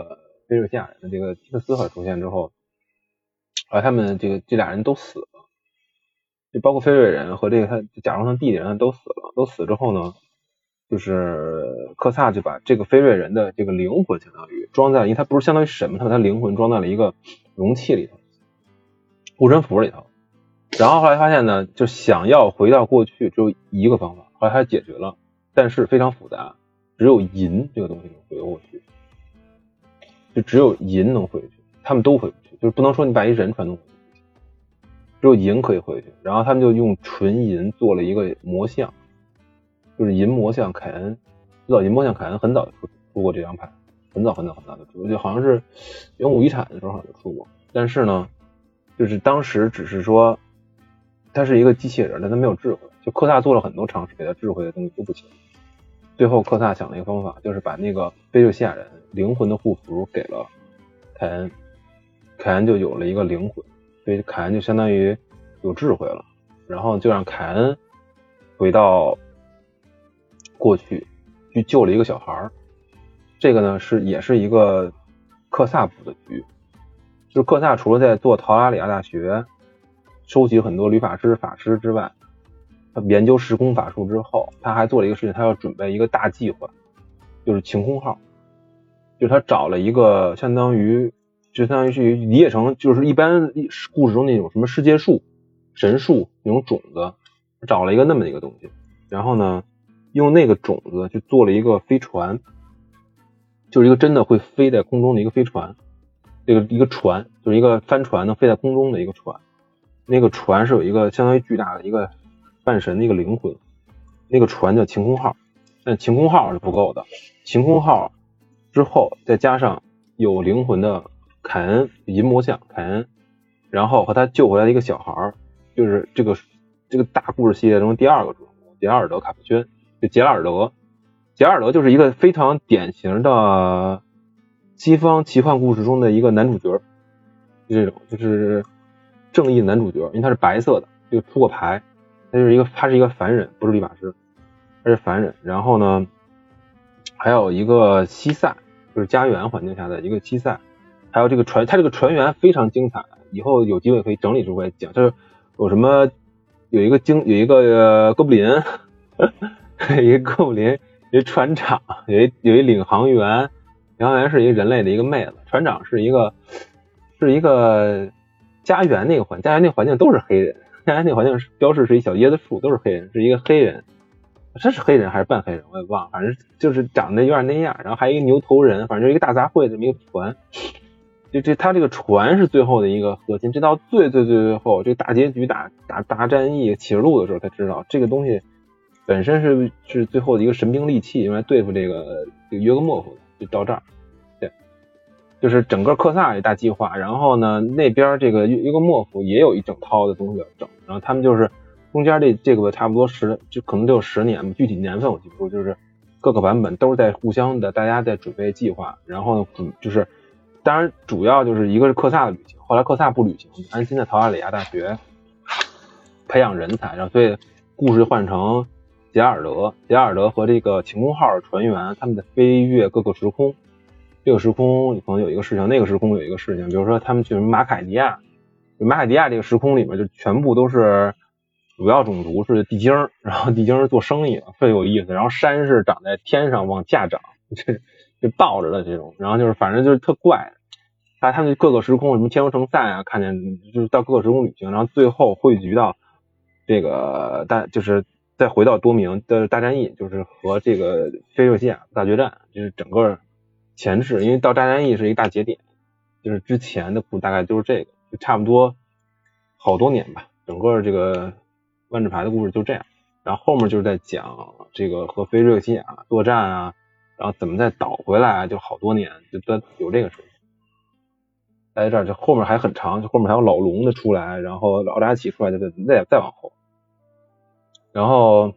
菲瑞西亚人的这个蒂克斯赫出现之后，而他们这个这俩人都死了，就包括菲瑞人和这个他假装他弟弟人都死了，都死之后呢，就是克萨就把这个菲瑞人的这个灵魂相当于装在，因为他不是相当于神嘛，他把他灵魂装在了一个容器里头，护身符里头。然后后来发现呢，就想要回到过去只有一个方法，后来他解决了，但是非常复杂，只有银这个东西能回过去，就只有银能回去，他们都回不去，就是不能说你把一人传动回去，只有银可以回去。然后他们就用纯银做了一个魔像，就是银魔像凯恩，知道银魔像凯恩很早就出出过这张牌，很早很早很早就出，就好像是元武遗产的时候好像就出过，但是呢，就是当时只是说他是一个机器人，但他没有智慧，就克萨做了很多尝试给他智慧的东西都不行。最后克萨想了一个方法，就是把那个菲瑞西亚人灵魂的护符给了凯恩，凯恩就有了一个灵魂，所以凯恩就相当于有智慧了，然后就让凯恩回到过去去救了一个小孩。这个呢是也是一个克萨布的局，就是克萨除了在做陶拉里亚大学收集很多律法师法师之外，他研究时空法术之后，他还做了一个事情，他要准备一个大计划，就是晴空号，就是他找了一个相当于就相当于是理解成就是一般故事中那种什么世界树神树那种种子，找了一个那么一个东西，然后呢用那个种子去做了一个飞船，就是一个真的会飞在空中的一个飞船，这个一个船就是一个帆船能飞在空中的一个船，那个船是有一个相当于巨大的一个半神的一个灵魂，那个船叫晴空号，但晴空号是不够的，晴空号之后再加上有灵魂的凯恩银魔像凯恩，然后和他救回来的一个小孩，就是这个这个大故事系列中第二个主人公杰拉尔德卡普轩，就杰拉尔德杰拉尔德就是一个非常典型的西方奇幻故事中的一个男主角，就这种就是正义的男主角，因为他是白色的，就出过牌，他就是一个他是一个凡人，不是律法师，他是凡人。然后呢还有一个西塞，就是家园环境下的一个西塞，还有这个船，他这个船员非常精彩，以后有机会可以整理出来讲，就是有什么有一个精有一个、呃、哥布林有一个哥布林，有一船长，有一有一领航员，领航员是一个人类的一个妹子，船长是一个是一个家园那个环家园那个环境都是黑人，家园那个环境标志是一小椰子树，都是黑人，是一个黑人，这是黑人还是半黑人我也忘了，反正就是长得有点那样，然后还有一个牛头人，反正就是一个大杂烩这么一个船。就这他这个船是最后的一个核心，这到最最最最后这个大结局打打大战役启示录的时候才知道，这个东西本身是是最后的一个神兵利器，用来对付这个这个约格莫夫的，就到这儿。对，就是整个克萨一大计划，然后呢那边这个约格莫夫也有一整套的东西要整，然后他们就是中间这这个差不多十就可能就有十年，具体年份我记不住，就是各个版本都是在互相的大家在准备计划，然后呢就是当然主要就是一个是克萨的旅行，后来克萨不旅行，安心在陶拉里亚大学培养人才，然后所以故事换成杰拉尔德杰拉尔德和这个晴空号船员他们在飞越各个时空，这个时空可能有一个事情，那个时空有一个事情，比如说他们去马凯迪亚，马凯迪亚这个时空里面就全部都是主要种族是地精，然后地精是做生意的，特别有意思，然后山是长在天上往下长，这就倒着的这种，然后就是反正就是特怪，他他们各个时空什么天龙城赛啊，看见就是到各个时空旅行，然后最后汇聚到这个大就是再回到多明的大战役，就是和这个菲瑞西亚大决战，就是整个前置，因为到大战役是一个大节点，就是之前的故大概就是这个，就差不多好多年吧，整个这个万智牌的故事就这样，然后后面就是在讲这个和菲瑞西亚作战啊，然后怎么再倒回来啊，就好多年就都有这个事情。在这儿这后面还很长，就后面还有老龙的出来，然后老扎奇出来的再再往后。然后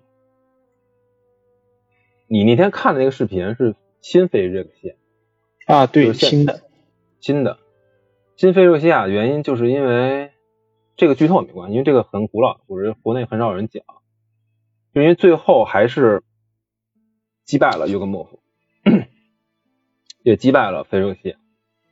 你那天看的那个视频是新菲瑞克西亚啊，对，新的新的新菲瑞克西亚的原因就是因为这个剧透也没关系，因为这个很古老的故事，国内很少有人讲，就因为最后还是击败了约格莫夫，也击败了菲瑞克西亚，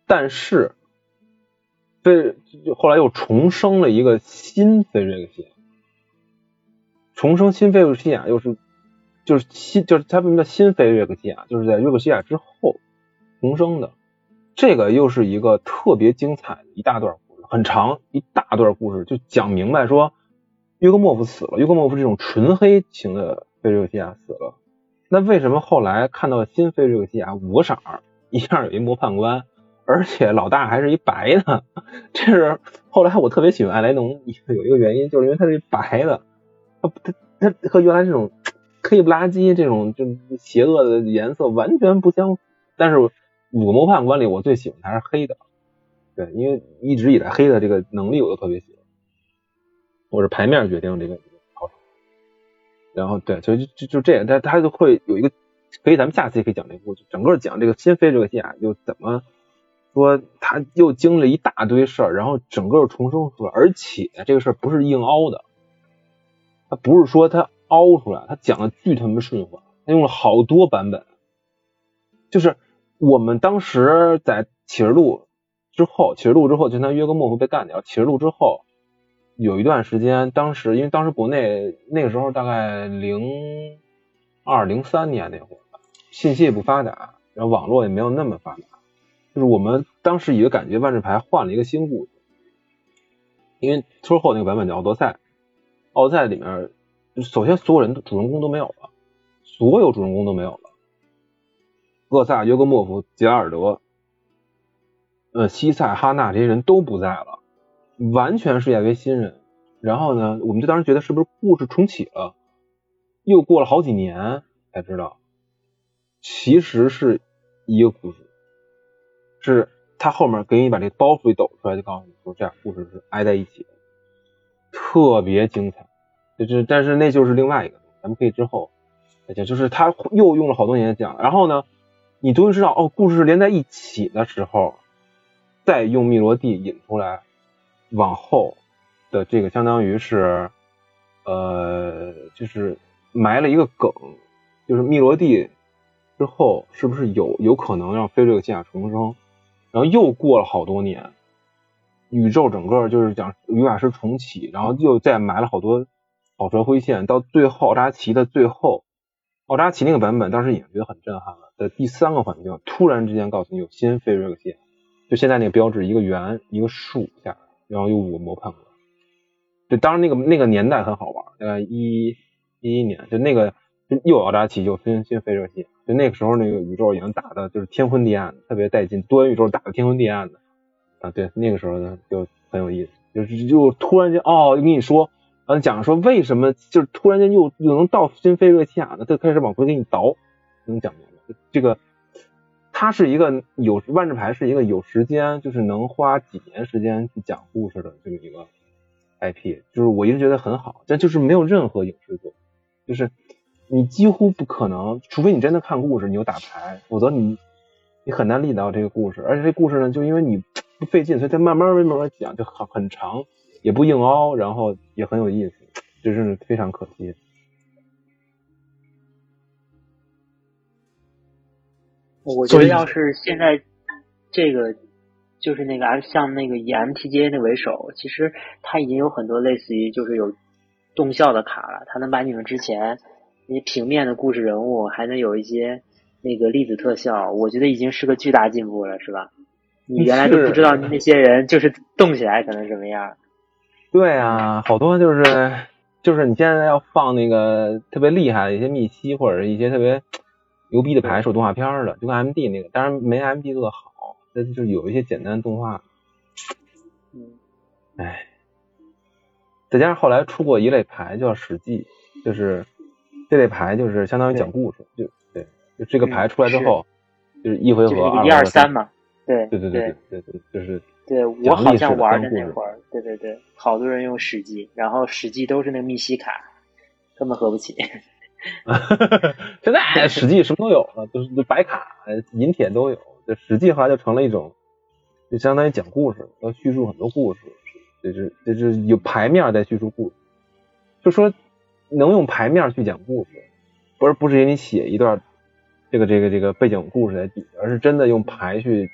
但是菲后来又重生了一个新菲瑞克西亚，重生新菲瑞克西亚又是就是新就是它为什么叫新菲瑞克西亚，就是在瑞克西亚之后重生的。这个又是一个特别精彩的一大段故事，很长一大段故事，就讲明白说约格莫夫死了，约格莫夫这种纯黑型的菲瑞克西亚死了，那为什么后来看到新菲瑞克西亚五个色儿，一样有一魔判官，而且老大还是一白的？这是后来我特别喜欢艾莱农有一个原因，就是因为他是白的，他他他和原来这种黑不拉几这种就邪恶的颜色完全不相符。但是五个魔判官里我最喜欢还是黑的，对，因为一直以来黑的这个能力我都特别喜欢，我是牌面决定这个好手。然后对，就就就这样，他他就会有一个，可以咱们下次也可以讲这个故事，整个讲这个新菲这个西亚就怎么说，他又经历了一大堆事儿，然后整个重生出来，而且这个事儿不是硬凹的，他不是说他凹出来，他讲的巨他妈顺滑，他用了好多版本。就是我们当时在启示录之后，启示录之后就相当于约格莫夫被干掉，启示录之后有一段时间，当时因为当时国内那个时候大概零二零三年那会儿，信息也不发达，然后网络也没有那么发达，就是我们当时也感觉万智牌换了一个新故事，因为之后那个版本叫奥德赛，奥德赛里面首先所有人主人公都没有了，所有主人公都没有了，厄萨、约格莫夫、杰拉尔德、呃西塞、哈纳这些人都不在了，完全是亚维新人。然后呢，我们就当时觉得是不是故事重启了？又过了好几年才知道，其实是一个故事，是他后面给你把这包袱一抖出来，就告诉你说这样故事是挨在一起的，特别精彩。就是但是那就是另外一个，咱们可以之后再讲。就是他又用了好多年讲，然后呢，你终于知道哦，故事是连在一起的时候，再用密罗蒂引出来，往后的这个相当于是呃，就是埋了一个梗，就是密罗蒂之后是不是有有可能让菲瑞克西亚重生？然后又过了好多年，宇宙整个就是讲于瓦斯重启，然后又再埋了好多草蛇灰线，到最后奥扎奇的最后，奥扎奇那个版本当时也觉得很震撼了。在第三个环境突然之间告诉你有新菲瑞克西亚，就现在那个标志一个圆一个竖下来，然后有五个魔判官。对，当然那个那个年代很好玩，大概一一一年，就那个又有奥扎奇又新新菲瑞克西亚，就那个时候那个宇宙已经打的就是天昏地暗，特别带劲，多元宇宙打的天昏地暗的啊。对，那个时候呢就很有意思，就是就突然间哦，跟你说。然后讲说为什么就是突然间又又能到新菲瑞克西亚呢？他开始往回给你倒，能讲明白。这个它是一个有万智牌是一个有时间，就是能花几年时间去讲故事的这么一个 I P， 就是我一直觉得很好，但就是没有任何影视作，就是你几乎不可能，除非你真的看故事，你有打牌，否则你你很难理到这个故事。而且这故事呢，就因为你不费劲，所以它慢慢慢慢讲就很很长。也不硬凹，然后也很有意思，这是非常可惜。 我觉得要是现在这个就是那个像那个以 M T G A 那为首，其实它已经有很多类似于就是有动效的卡了，它能把你们之前那些平面的故事人物还能有一些那个粒子特效，我觉得已经是个巨大进步了，是吧？你原来都不知道那些人就是动起来可能什么样。 对啊，好多就是就是你现在要放那个特别厉害的一些密西或者一些特别牛逼的牌手动画片的，就跟 M D 那个，当然没 M D 做的好，但就是有一些简单的动画。 嗯， 哎，再加上后来出过一类牌叫史记，就是这类牌就是相当于讲故事，就对，就这个牌出来之后，嗯、就是一回合、 就是一二三嘛，对对对对对对对，就是。 对，我好像玩的那会儿，对对对，好多人用史记，然后史记都是那个密西卡，根本合不起。 现在史记什么都有了，就是白卡、银铁都有。这史记后来就成了一种，就相当于讲故事，要叙述很多故事，就是就是有牌面在叙述故事。就说能用牌面去讲故事，不是不是给你写一段这个这个这个背景故事在底下，而是真的用牌去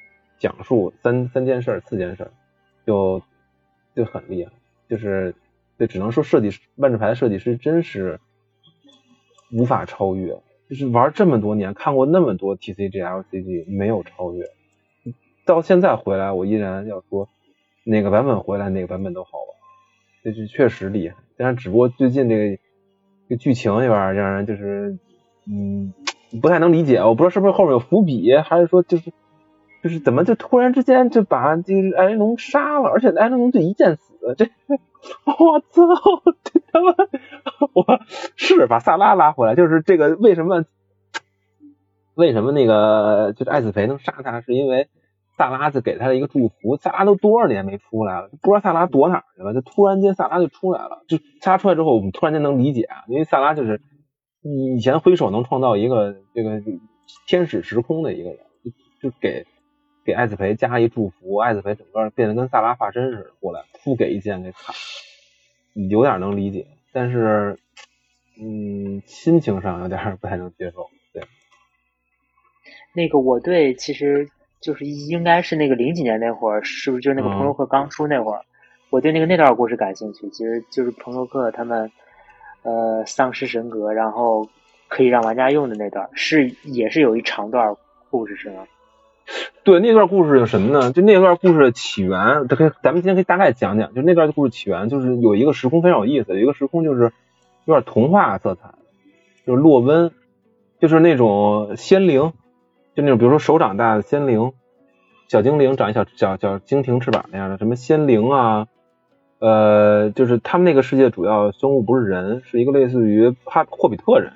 讲述三三件事四件事，就就很厉害，就是这只能说设计师万智牌的设计师真是无法超越，就是玩这么多年看过那么多 T C G L C G 没有超越，到现在回来我依然要说哪个版本回来哪个版本都好玩，这是确实厉害。但是只不过最近这个这个剧情有点让人就是嗯不太能理解，我不知道是不是后面有伏笔，还是说就是就是怎么就突然之间就把这个艾琳龙杀了，而且艾琳龙就一剑死，这我操，这他妈我是把萨拉拉回来，就是这个为什么为什么那个就是艾斯培能杀他，是因为萨拉就给他了一个祝福，萨拉都多少年没出来了，不知道萨拉躲哪儿去了，就突然间萨拉就出来了，就萨拉出来之后我们突然间能理解啊，因为萨拉就是以前挥手能创造一个这个天使时空的一个人，就就给给艾斯培加一祝福，艾斯培整个变得跟萨拉化身似的过来，突给一剑给砍，有点能理解，但是嗯心情上有点不太能接受。对， 那个我对其实就是应该是那个零几年那会儿，是不是就是那个朋洛克刚出那会儿、嗯、我对那个那段故事感兴趣，其实就是朋洛克他们呃丧失神格然后可以让玩家用的那段，是也是有一长段故事是吗？ 对，那段故事有什么呢？就那段故事的起源，可以咱们今天可以大概讲讲。就那段故事起源，就是有一个时空非常有意思，有一个时空就是有点童话色彩，就是洛温，就是那种仙灵，就那种比如说手掌大的仙灵，小精灵长一小小小蜻蜓翅膀那样的，什么仙灵啊，呃，就是他们那个世界主要生物不是人，是一个类似于哈霍比特人。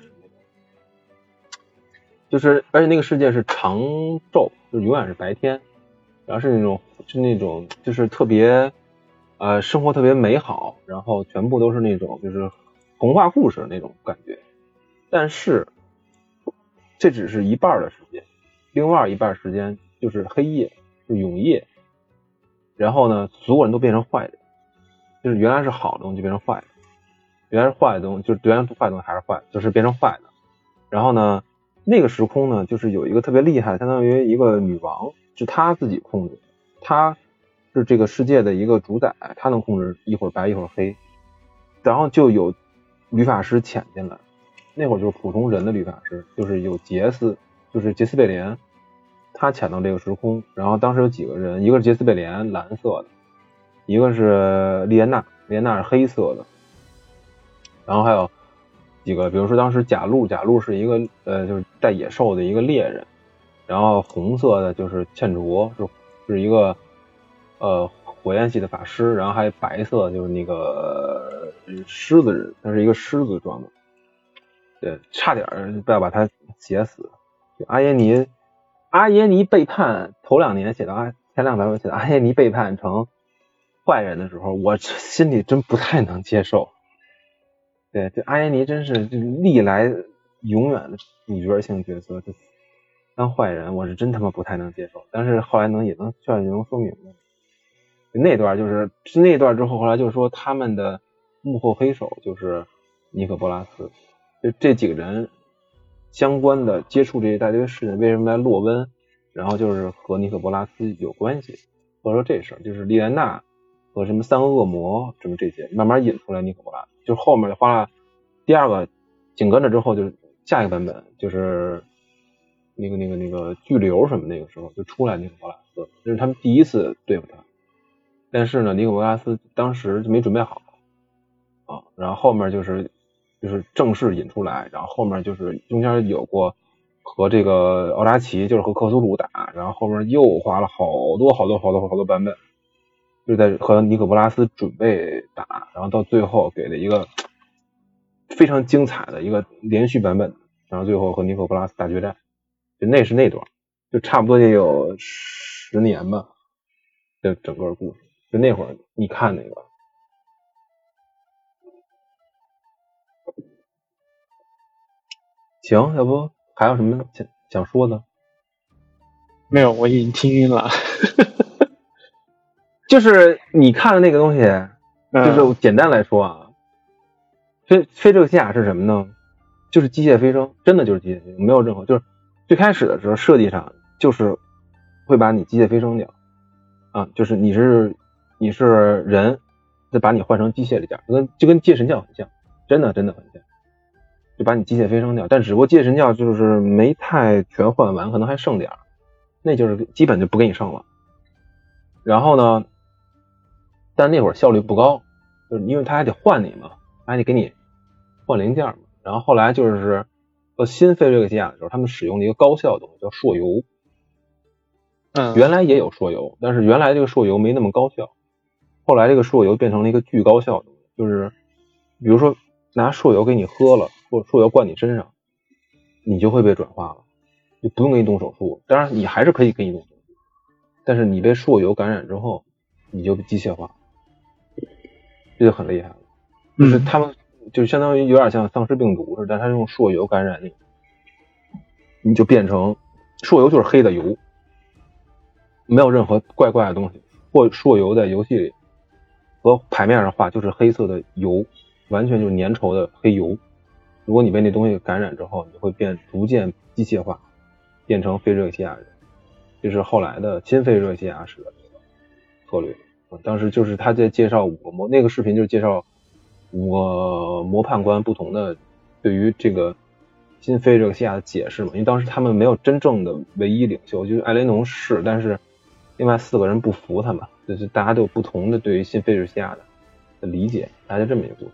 就是而且那个世界是长昼，就永远是白天，然后是那种是那种就是特别呃生活特别美好，然后全部都是那种就是童话故事那种感觉。但是这只是一半的时间，另外一半时间就是黑夜，就永夜。然后呢，所有人都变成坏人，就是原来是好的东西变成坏的，原来是坏的东西，就是原来不坏的东西还是坏的，就是变成坏的。然后呢？那个时空呢，就是有一个特别厉害，相当于一个女王，是她自己控制，她是这个世界的一个主宰，她能控制一会儿白一会儿黑，然后就有律法师潜进来，那会儿就是普通人的律法师，就是有杰斯，就是杰斯贝莲，他潜到这个时空，然后当时有几个人，一个是杰斯贝莲蓝色的，一个是莉莲娜，莉莲娜是黑色的，然后还有几个，比如说当时贾路，贾路是一个呃，就是带野兽的一个猎人，然后红色的就是茜卓，是是一个呃火焰系的法师，然后还有白色就是那个狮子人，他是一个狮子装的，对，差点不要把他写死。阿耶尼，阿耶尼背叛，头两年写到阿前两版本写到阿耶尼背叛成坏人的时候，我心里真不太能接受。对，这阿耶尼真是历来永远的主角性角色，就当坏人我是真他妈不太能接受，但是后来能也能劝也能说明白。那段就是是那段之后，后来就说他们的幕后黑手就是尼可波拉斯，就这几个人相关的接触这一大堆事情，为什么来洛温，然后就是和尼可波拉斯有关系，或者说这事儿就是莉莲娜和什么三个恶魔什么这些慢慢引出来尼可波拉斯，就是后面花了第二个紧跟着之后就是下一个版本就是那个那个那个巨流什么那个时候就出来尼可波拉斯，这是他们第一次对付他，但是呢尼可波拉斯当时就没准备好啊，然后后面就是就是正式引出来，然后后面就是中间有过和这个奥扎奇就是和克苏鲁打，然后后面又花了好多好多好多好多版本就在和尼可波拉斯准备打，然后到最后给了一个非常精彩的一个连续版本，然后最后和尼可波拉斯大决战，就那是那段，就差不多也有十年吧，这整个故事，就那会儿你看那个。行，要不还有什么想想说的？ 没有，我已经听晕了。 就是你看的那个东西，就是简单来说啊，飞飞这个西亚是什么呢？就是机械飞升，真的就是机械飞升，没有任何，就是最开始的时候设计上就是会把你机械飞升掉啊，就是你是你是人，再把你换成机械的架，就跟就跟机械神教很像，真的真的很像，就把你机械飞升掉。但只不过机械神教就是没太全换完，可能还剩点，那就是基本就不给你剩了。然后呢，但那会儿效率不高，就是因为他还得换你嘛，还得给你换零件嘛。然后后来就是到新菲瑞克西亚的时候，他们使用了一个高效的东西叫朔油。 嗯， 原来也有朔油，但是原来这个朔油没那么高效，后来这个朔油变成了一个巨高效的，就是比如说拿朔油给你喝了，或者朔油灌你身上，你就会被转化了，就不用给你动手术。当然你还是可以给你动手术，但是你被朔油感染之后，你就机械化，这就很厉害了。就是他们就相当于有点像丧尸病毒似的，但他用朔油感染你，你就变成朔油就是黑的油，没有任何怪怪的东西。或朔油在游戏里和牌面上画就是黑色的油，完全就是粘稠的黑油。如果你被那东西感染之后，你会变逐渐机械化，变成非热西亚人。这是后来的新非热西亚式的策略。当时就是他在介绍五个魔，那个视频就是介绍五个魔判官不同的对于这个新非热西亚的解释嘛。因为当时他们没有真正的唯一领袖，就是艾雷农是，但是另外四个人不服他嘛，就是大家都有不同的对于新非热西亚的的理解，大概这么一个故事。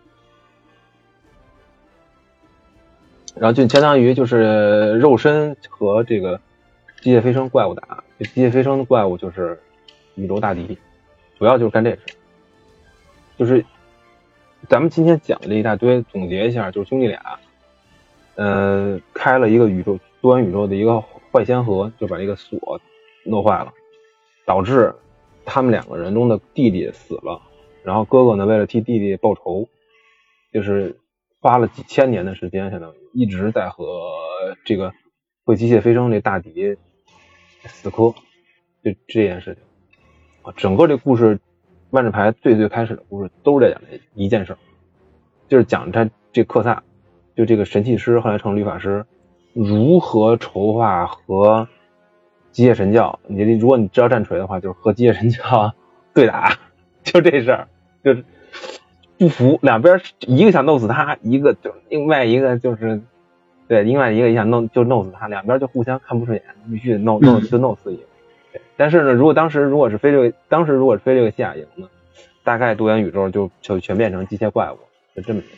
然后就相当于就是肉身和这个机械飞升怪物打，这机械飞升的怪物就是宇宙大敌，主要就是干这事。就是咱们今天讲的这一大堆，总结一下，就是兄弟俩呃开了一个宇宙多元宇宙的一个坏先河，就把这个锁弄坏了，导致他们两个人中的弟弟死了，然后哥哥呢为了替弟弟报仇，就是花了几千年的时间，相当于一直在和这个会机械飞升这大敌死磕，就这件事情啊。整个这故事万智牌最最开始的故事都是在讲这一件事，就是讲他这克萨，就这个神器师后来成律法师，如何筹划和机械神教，你如果你知道战锤的话，就是和机械神教对打，就这事儿，就是不服，两边一个想弄死他，一个就另外一个就是对，另外一个也想弄就弄死他，两边就互相看不顺眼，必须弄弄就弄死一个。对，但是呢，如果当时如果是非这个当时如果是非这个西亚赢呢，大概多元宇宙就就全变成机械怪物，就这么一个。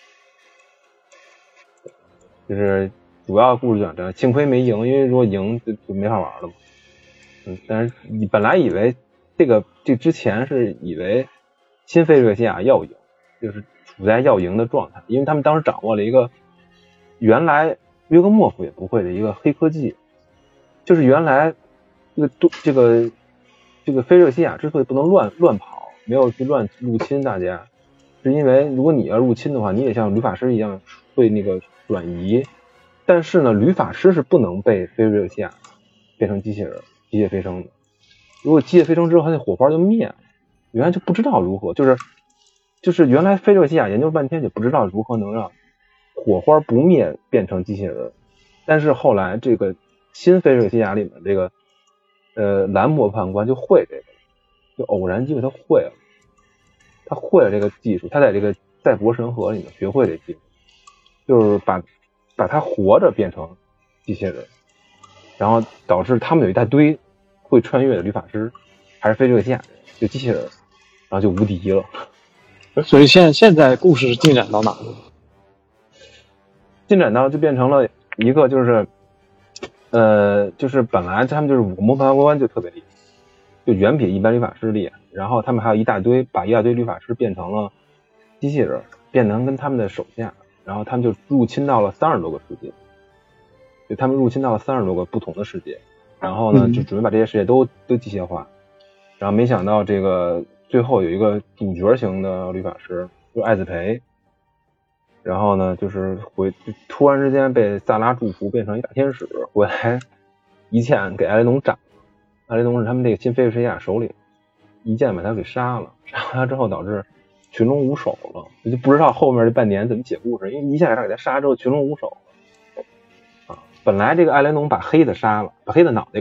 就是主要故事讲这样，幸亏没赢，因为如果赢就就没法玩了嘛。嗯，但是你本来以为这个这之前是以为新非热西亚要赢，就是处在要赢的状态，因为他们当时掌握了一个原来约格莫夫也不会的一个黑科技，就是原来这个这个这个非热西亚之所以不能乱乱跑，没有去乱入侵大家，是因为如果你要入侵的话，你也像吕法师一样会那个转移，但是呢，吕法师是不能被非热西亚变成机器人机械飞升的。如果机械飞升之后，它那火花就灭了，原来就不知道如何，就是就是原来非热西亚研究半天也不知道如何能让火花不灭变成机器人，但是后来这个新非热西亚里面这个呃蓝魔判官就会这个，就偶然机会他会了，他会了这个技术，他在这个赛博神河里面学会这技术，就是把把他活着变成机器人，然后导致他们有一大堆会穿越的吕法师，还是非热西亚人，就机器人，然后就无敌了。 所以现现在故事进展到哪了？ 进展到就变成了一个就是呃就是本来他们就是五个魔法官就特别厉害，就远比一般律法师厉害，然后他们还有一大堆把一大堆律法师变成了机器人，变成跟他们的手下，然后他们就入侵到了三十多个世界，就他们入侵到了三十多个不同的世界，然后呢就准备把这些世界都都机械化，然后没想到这个最后有一个主角型的律法师就是艾子培，然后呢就是回突然之间被萨拉祝福变成一大天使，回来一剑给艾雷农斩了，艾雷农是他们这个新菲利士亚首领，一剑把他给杀了，杀完他之后导致群龙无首了，我就不知道后面这半年怎么写故事，因为一下给他杀之后群龙无首了啊。本来这个艾雷农把黑的杀了，把黑的脑袋砍了，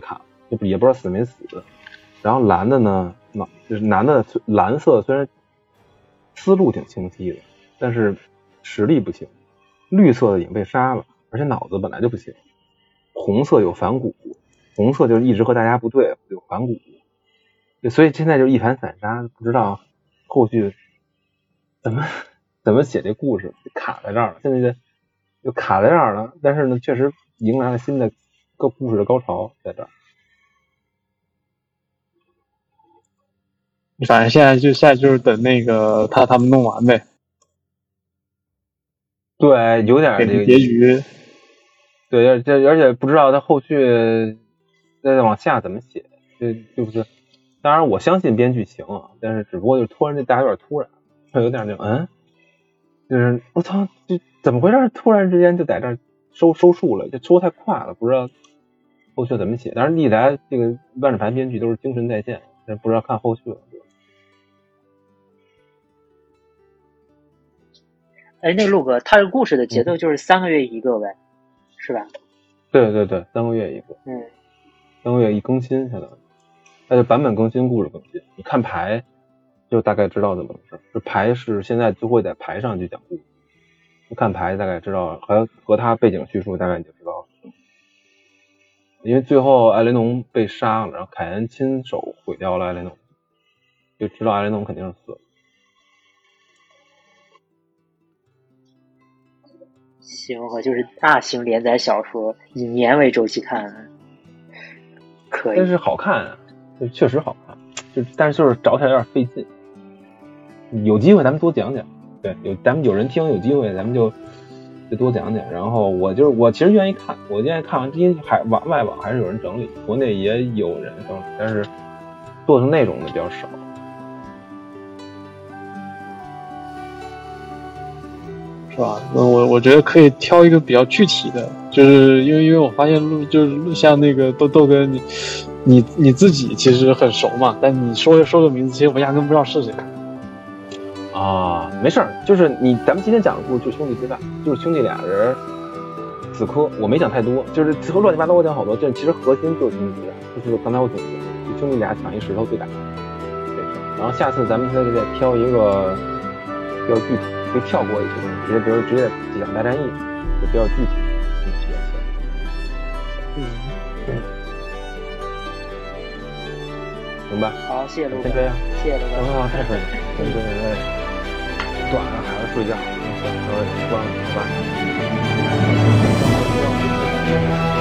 就也不知道死没死。然后蓝的呢，就是男的蓝色虽然思路挺清晰的，但是实力不行。绿色的已经被杀了，而且脑子本来就不行。红色有反骨，红色就是一直和大家不对，有反骨，所以现在就一盘散沙，不知道后续怎么怎么写这故事，卡在这儿了，现在就就卡在这儿了。但是呢，确实迎来了新的个故事的高潮在这儿。 反正现在就现在就是等那个他他们弄完呗。 对，有点这个结局。 对，而且而且不知道他后续再往下怎么写，这对不对？当然我相信编剧行啊，但是只不过就突然这大家有点突然，有点那种嗯，就是我操，这怎么回事？突然之间就在这儿收收束了，就说太快了，不知道后续怎么写。当然历来这个万智牌编剧都是精神在线，但不知道看后续了。 哎，那个陆哥，他这故事的节奏就是三个月一个呗，嗯、是吧？ 对对对，三个月一个， 嗯， 三个月一更新，相当于，它就版本更新，故事更新。你看牌，就大概知道怎么回事。这牌是现在就会在牌上去讲故事，你看牌大概知道，和和他背景叙述大概你就知道了。因为最后艾雷农被杀了，然后凯恩亲手毁掉了艾雷农，就知道艾雷农肯定是死了。 行，我就是大型连载小说，以年为周期看，可以。 但是好看啊，就确实好看，就但是就是找起来有点费劲。有机会咱们多讲讲，对，有咱们有人听，有机会咱们就就多讲讲。然后我就是我其实愿意看，我现在看完，因为海网外网还是有人整理，国内也有人整理，但是做成那种的比较少。 是吧？我我觉得可以挑一个比较具体的，就是因为因为我发现录就是像那个豆豆哥你你你自己其实很熟嘛，但你说说个名字，其实我压根不知道是谁。 啊，没事儿，就是你咱们今天讲的故事就是兄弟之战，就是兄弟俩人死磕，我没讲太多，就是和乱七八糟我讲好多，这其实核心就是兄弟之战，就是刚才我总结的，就兄弟俩抢一石头对打。然后下次咱们再再挑一个比较具体。可以跳过一些东西，直接比如直接讲大战役，就比较具体，嗯，比较行。 嗯， 对，明白。 好，谢谢卢哥。 先这样， 谢谢卢哥。 好，太可以了。对对对，短了，孩子睡觉，稍微关了，拜拜。